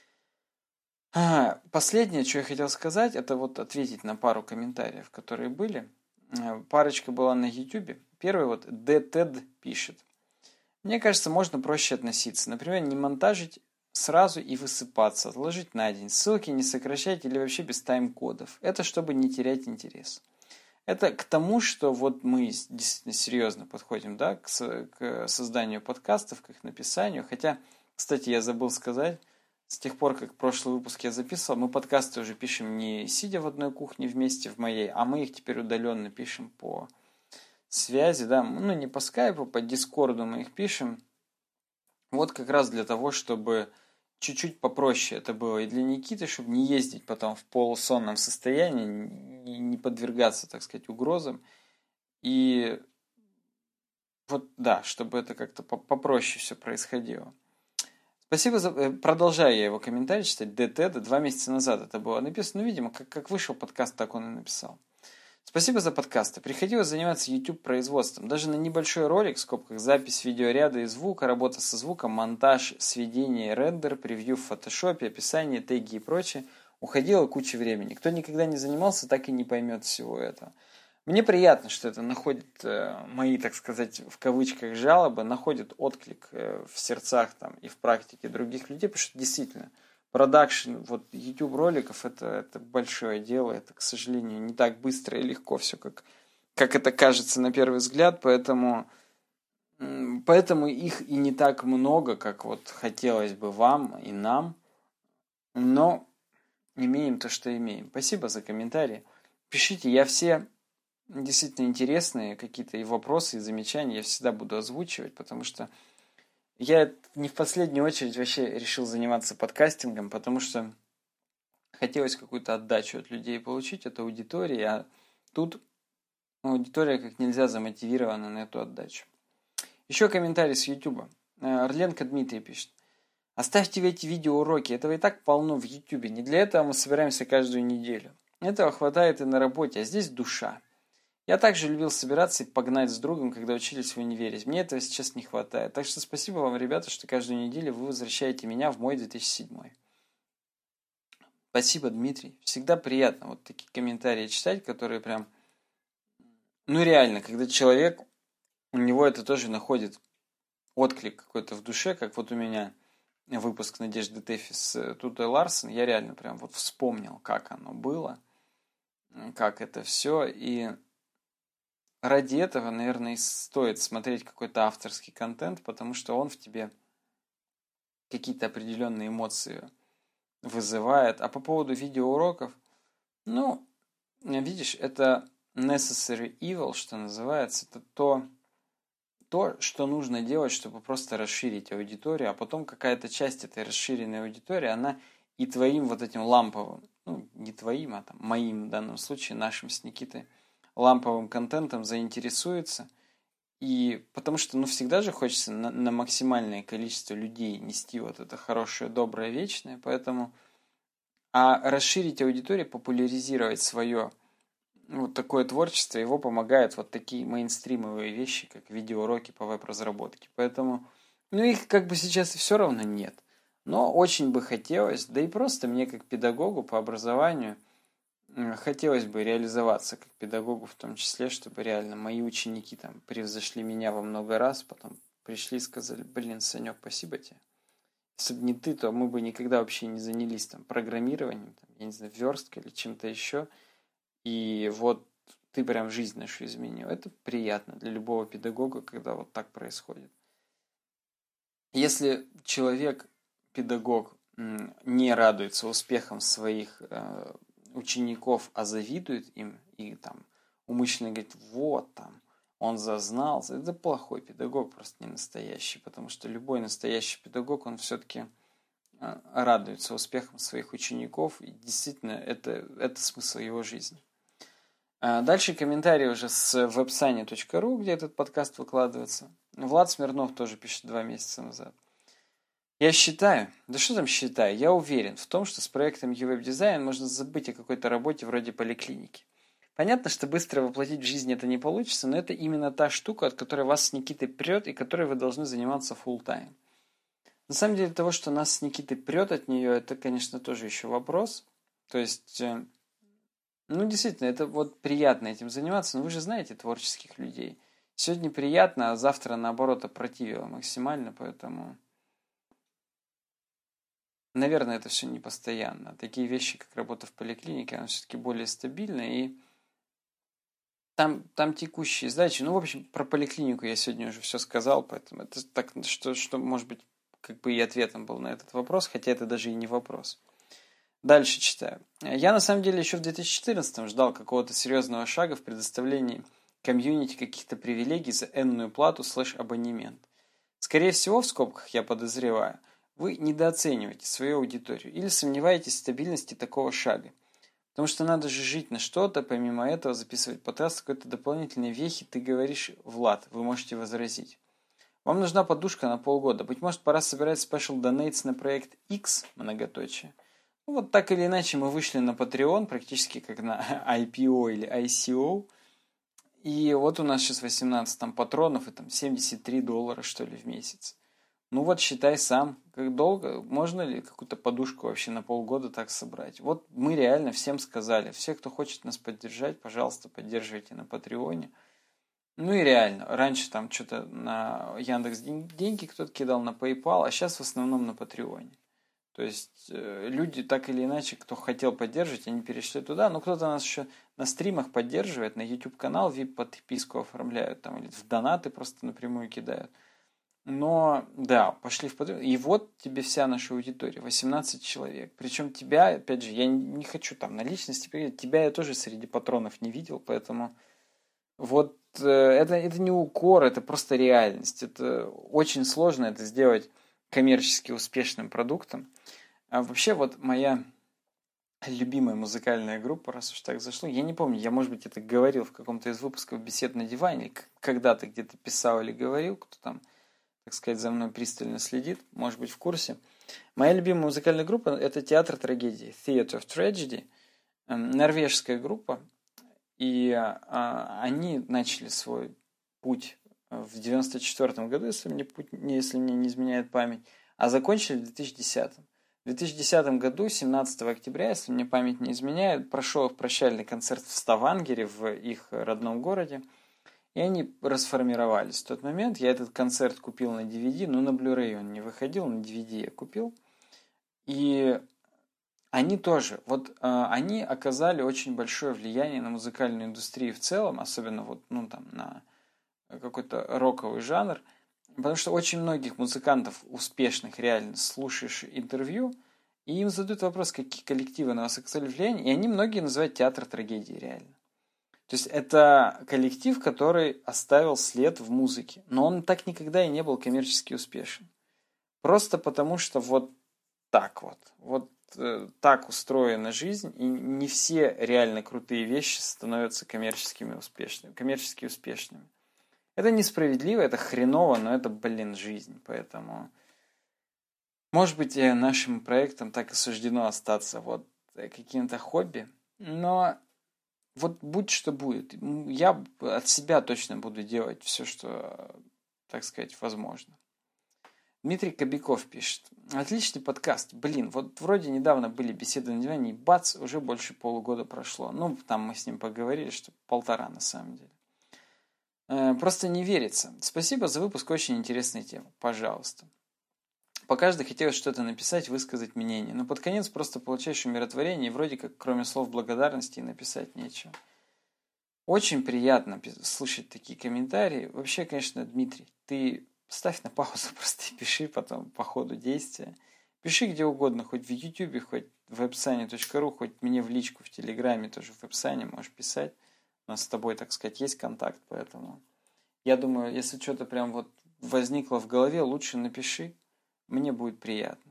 Последнее, что я хотел сказать, это вот ответить на пару комментариев, которые были. Парочка была на YouTube. Первый вот DTED пишет. Мне кажется, можно проще относиться. Например, не монтажить сразу и высыпаться, отложить на день. Ссылки не сокращать или вообще без тайм-кодов. Это чтобы не терять интерес. Это к тому, что вот мы действительно серьезно подходим, да, к созданию подкастов, к их написанию. Хотя, кстати, я забыл сказать, с тех пор, как прошлый выпуск я записывал, мы подкасты уже пишем не сидя в одной кухне вместе в моей, а мы их теперь удаленно пишем по связи, да, ну не по скайпу, по дискорду мы их пишем. Вот как раз для того, чтобы чуть-чуть попроще это было и для Никиты, чтобы не ездить потом в полусонном состоянии, не подвергаться, так сказать, угрозам. И вот, да, чтобы это как-то попроще все происходило. Спасибо за... Продолжаю я его комментарий читать. ДТ 2 месяца назад это было написано. Ну, видимо, как вышел подкаст, так он и написал. Спасибо за подкасты. Приходилось заниматься YouTube-производством. Даже на небольшой ролик, в скобках, запись видеоряда и звука, работа со звуком, монтаж, сведение, рендер, превью в фотошопе, описание, теги и прочее, уходила куча времени. Кто никогда не занимался, так и не поймет всего этого. Мне приятно, что это находит мои, так сказать, в кавычках жалобы, находит отклик в сердцах там, и в практике других людей, потому что действительно продакшн вот YouTube роликов это большое дело, это, к сожалению, не так быстро и легко все, как это кажется на первый взгляд, поэтому их и не так много, как вот хотелось бы вам и нам, но имеем то, что имеем. Спасибо за комментарии. Пишите, я все действительно интересные какие-то и вопросы, и замечания я всегда буду озвучивать, потому что я не в последнюю очередь вообще решил заниматься подкастингом, потому что хотелось какую-то отдачу от людей получить, от аудитории, а тут аудитория как нельзя замотивирована на эту отдачу. Еще комментарий с YouTube. Орленко Дмитрий пишет. Оставьте эти видеоуроки, этого и так полно в YouTube. Не для этого мы собираемся каждую неделю. Этого хватает и на работе, а здесь душа. Я также любил собираться и погнать с другом, когда учились в универе. Мне этого сейчас не хватает. Так что спасибо вам, ребята, что каждую неделю вы возвращаете меня в мой 2007. Спасибо, Дмитрий. Всегда приятно вот такие комментарии читать, которые прям... Ну реально, когда человек, у него это тоже находит отклик какой-то в душе, как вот у меня выпуск Надежды Тэфи с Тутой Ларсен, я реально прям вот вспомнил, как оно было, как это все, и ради этого, наверное, и стоит смотреть какой-то авторский контент, потому что он в тебе какие-то определенные эмоции вызывает. А по поводу видеоуроков, ну, видишь, это necessary evil, что называется, это то, что нужно делать, чтобы просто расширить аудиторию, а потом какая-то часть этой расширенной аудитории, она и твоим вот этим ламповым, ну, не твоим, а там, моим в данном случае, нашим с Никитой, ламповым контентом заинтересуется. И потому что, ну, всегда же хочется на максимальное количество людей нести вот это хорошее, доброе, вечное, поэтому... А расширить аудиторию, популяризировать свое вот такое творчество, его помогают вот такие мейнстримовые вещи, как видеоуроки по веб-разработке. Поэтому, ну, их как бы сейчас и все равно нет. Но очень бы хотелось, да и просто мне как педагогу по образованию хотелось бы реализоваться как педагогу в том числе, чтобы реально мои ученики там превзошли меня во много раз, потом пришли и сказали, блин, Санек, спасибо тебе. Если бы не ты, то мы бы никогда вообще не занялись там программированием, там, я не знаю, версткой или чем-то еще. И вот ты прям жизнь нашу изменил. Это приятно для любого педагога, когда вот так происходит. Если человек, педагог, не радуется успехам своих учеников, а завидует им и там умышленно говорит, вот там, он зазнался, это плохой педагог, просто не настоящий, потому что любой настоящий педагог, он все-таки радуется успехам своих учеников, и действительно это смысл его жизни. Дальше комментарий уже с websani.ru, где этот подкаст выкладывается. Влад Смирнов тоже пишет 2 месяца назад. Я считаю, да что там считаю, я уверен в том, что с проектом UWeb Design можно забыть о какой-то работе вроде поликлиники. Понятно, что быстро воплотить в жизнь это не получится, но это именно та штука, от которой вас с Никитой прет и которой вы должны заниматься full time. На самом деле того, что нас с Никитой прет от нее, это, конечно, тоже еще вопрос. То есть, ну, действительно, это вот приятно этим заниматься, но вы же знаете творческих людей. Сегодня приятно, а завтра, наоборот, опротивило максимально, поэтому... Наверное, это все не постоянно. Такие вещи, как работа в поликлинике, она все-таки более стабильная, и там текущие задачи. Ну, в общем, про поликлинику я сегодня уже все сказал, поэтому это так, что может быть, как бы и ответом был на этот вопрос, хотя это даже и не вопрос. Дальше читаю. Я, на самом деле, еще в 2014 ждал какого-то серьезного шага в предоставлении комьюнити каких-то привилегий за энную плату /абонемент. Скорее всего, в скобках я подозреваю, вы недооцениваете свою аудиторию или сомневаетесь в стабильности такого шага. Потому что надо же жить на что-то, помимо этого записывать подкаст, какой-то дополнительной вехи, ты говоришь, Влад, вы можете возразить. Вам нужна подушка на полгода. Быть может, пора собирать special donates на проект X, многоточие. Ну, вот так или иначе мы вышли на Patreon, практически как на IPO или ICO. И вот у нас сейчас 18 там патронов и там $73, что ли, в месяц. Ну вот считай сам, как долго, можно ли какую-то подушку вообще на полгода так собрать. Вот мы реально всем сказали, все, кто хочет нас поддержать, пожалуйста, поддерживайте на Патреоне. Ну и реально, раньше там что-то на Яндекс деньги кто-то кидал на PayPal, а сейчас в основном на Патреоне. То есть люди так или иначе, кто хотел поддерживать, они перешли туда, но кто-то нас еще на стримах поддерживает, на YouTube-канал VIP-подписку оформляют, там, или в донаты просто напрямую кидают. Но, да, пошли в Patreon. И вот тебе вся наша аудитория, 18 человек. Причем тебя, опять же, я не хочу там на личности перейти, тебя я тоже среди патронов не видел, поэтому вот это не укор, это просто реальность. Это очень сложно это сделать коммерчески успешным продуктом. А вообще вот моя любимая музыкальная группа, раз уж так зашло. Я не помню, я, может быть, это говорил в каком-то из выпусков «Бесед на диване», или когда-то где-то писал или говорил, кто там, так сказать, за мной пристально следит, может быть, в курсе. Моя любимая музыкальная группа – это «Театр трагедии», Theatre of Tragedy, норвежская группа, и они начали свой путь в 1994 году, если мне не изменяет память, а закончили в 2010. В 2010 году, 17 октября, если мне память не изменяет, прошел их прощальный концерт в Ставангере, в их родном городе, и они расформировались. В тот момент я этот концерт купил на DVD, но на Blu-ray он не выходил, на DVD я купил. И они тоже, они оказали очень большое влияние на музыкальную индустрию в целом, особенно на какой-то роковый жанр, потому что очень многих музыкантов успешных реально слушаешь интервью, и им задают вопрос, какие коллективы на вас оказали влияние, и они многие называют театр трагедии реально. То есть это коллектив, который оставил след в музыке, но он так никогда и не был коммерчески успешен. Просто потому что так так устроена жизнь, и не все реально крутые вещи становятся коммерчески успешными. Это несправедливо, это хреново, но это, жизнь. Поэтому, может быть, нашим проектам так и суждено остаться каким-то хобби. Но будь что будет. Я от себя точно буду делать все, что, так сказать, возможно. Дмитрий Кобяков пишет. Отличный подкаст. Вроде недавно были беседы на диване, и бац, уже больше полугода прошло. Там мы с ним поговорили, что 1,5 на самом деле. Просто не верится. Спасибо за выпуск, очень интересная тема. Пожалуйста. По каждой хотелось что-то написать, высказать мнение. Но под конец просто получаешь умиротворение, и вроде как, кроме слов благодарности, и написать нечего. Очень приятно слышать такие комментарии. Вообще, конечно, Дмитрий, ты ставь на паузу просто и пиши потом по ходу действия. Пиши где угодно, хоть в YouTube, хоть в websani.ru, хоть мне в личку в Телеграме, тоже в Websani можешь писать. У нас с тобой, так сказать, есть контакт, поэтому я думаю, если что-то прям возникло в голове, лучше напиши, мне будет приятно.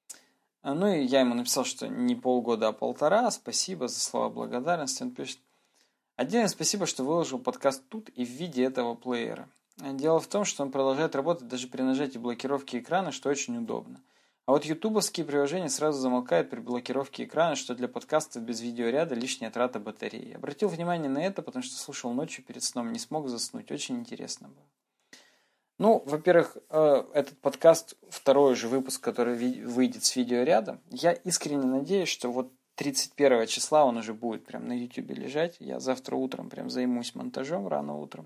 И я ему написал, что не полгода, а 1,5, спасибо за слова благодарности. Он пишет: отдельное спасибо, что выложил подкаст тут и в виде этого плеера. Дело в том, что он продолжает работать даже при нажатии блокировки экрана, что очень удобно. А ютубовские приложения сразу замолкают при блокировке экрана, что для подкастов без видеоряда лишняя трата батареи. Обратил внимание на это, потому что слушал ночью перед сном, не смог заснуть. Очень интересно было. Во-первых, этот подкаст, второй уже выпуск, который выйдет с видеорядом, я искренне надеюсь, что 31 числа он уже будет прям на YouTube лежать. Я завтра утром прям займусь монтажом, рано утром.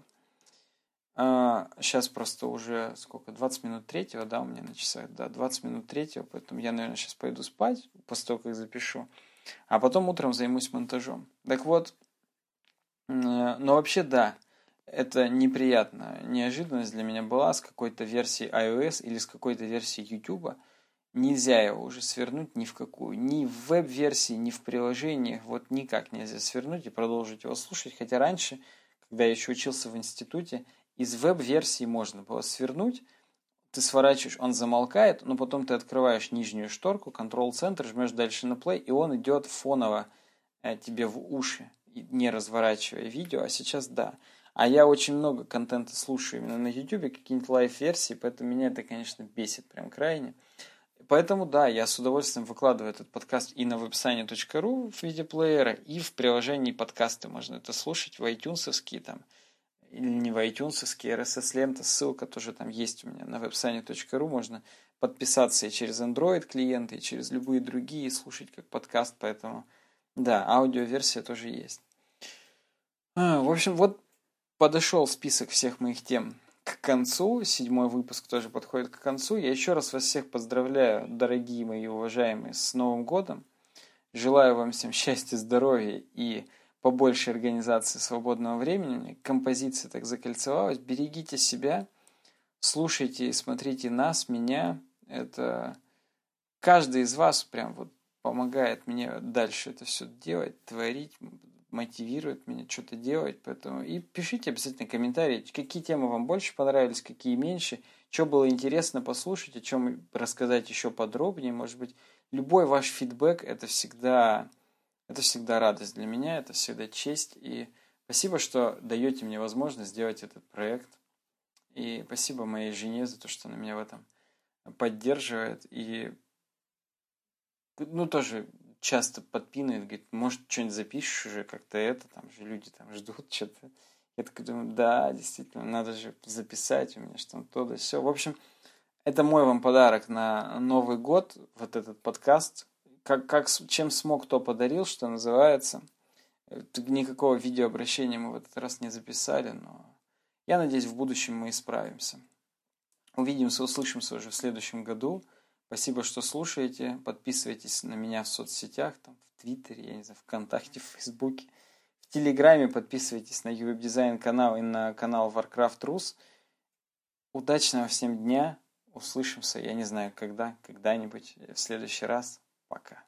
Сейчас просто уже 20 минут 3, да, у меня на часах, да, 20 минут 3, поэтому я, наверное, сейчас пойду спать, после того, как запишу, а потом утром займусь монтажом. Но вообще, да, это неприятная неожиданность для меня была с какой-то версией iOS или с какой-то версией YouTube. Нельзя его уже свернуть ни в какую, ни в веб-версии, ни в приложениях, никак нельзя свернуть и продолжить его слушать, хотя раньше, когда я еще учился в институте, из веб-версии можно было свернуть, ты сворачиваешь, он замолкает, но потом ты открываешь нижнюю шторку, Ctrl-Center, жмешь дальше на play, и он идет фоново тебе в уши, не разворачивая видео, а сейчас да. А я очень много контента слушаю именно на YouTube, какие-нибудь лайв-версии, поэтому меня это, конечно, бесит прям крайне. Поэтому, да, я с удовольствием выкладываю этот подкаст и на websani.ru в виде плеера, и в приложении подкасты можно это слушать, в iTunes-овские там, или не в iTunes-овские, RSS-лента, ссылка тоже там есть у меня на websani.ru, можно подписаться и через Android клиенты, и через любые другие, и слушать как подкаст, поэтому, да, аудиоверсия тоже есть. В общем, подошел список всех моих тем к концу, 7 выпуск тоже подходит к концу. Я еще раз вас всех поздравляю, дорогие мои уважаемые, с Новым годом. Желаю вам всем счастья, здоровья и побольше организации свободного времени. Композиция так закольцевалась. Берегите себя, слушайте и смотрите нас, меня. Это каждый из вас прям помогает мне дальше это все делать, творить, мотивирует меня что-то делать. Поэтому и пишите обязательно комментарии, какие темы вам больше понравились, какие меньше, что было интересно послушать, о чем рассказать еще подробнее. Может быть, любой ваш фидбэк – это всегда Это всегда радость для меня, это всегда честь. И спасибо, что даете мне возможность сделать этот проект. И спасибо моей жене за то, что она меня в этом поддерживает. И, тоже часто подпинывает, говорит, может, что-нибудь запишешь уже, как-то это, там же люди там ждут что-то. Я такой думаю, да, действительно, надо же записать у меня что-то, то да все. В общем, это мой вам подарок на Новый год, вот этот подкаст. Чем смог, то подарил, что называется. Никакого видеообращения мы в этот раз не записали, но я надеюсь, в будущем мы исправимся. Увидимся, услышимся уже в следующем году. Спасибо, что слушаете. Подписывайтесь на меня в соцсетях, там, в Твиттере, я не знаю, ВКонтакте, в Фейсбуке. В Телеграме подписывайтесь на UWeb-дизайн канал и на канал Warcraft Rus. Удачного всем дня. Услышимся, я не знаю когда, когда-нибудь в следующий раз. Пока.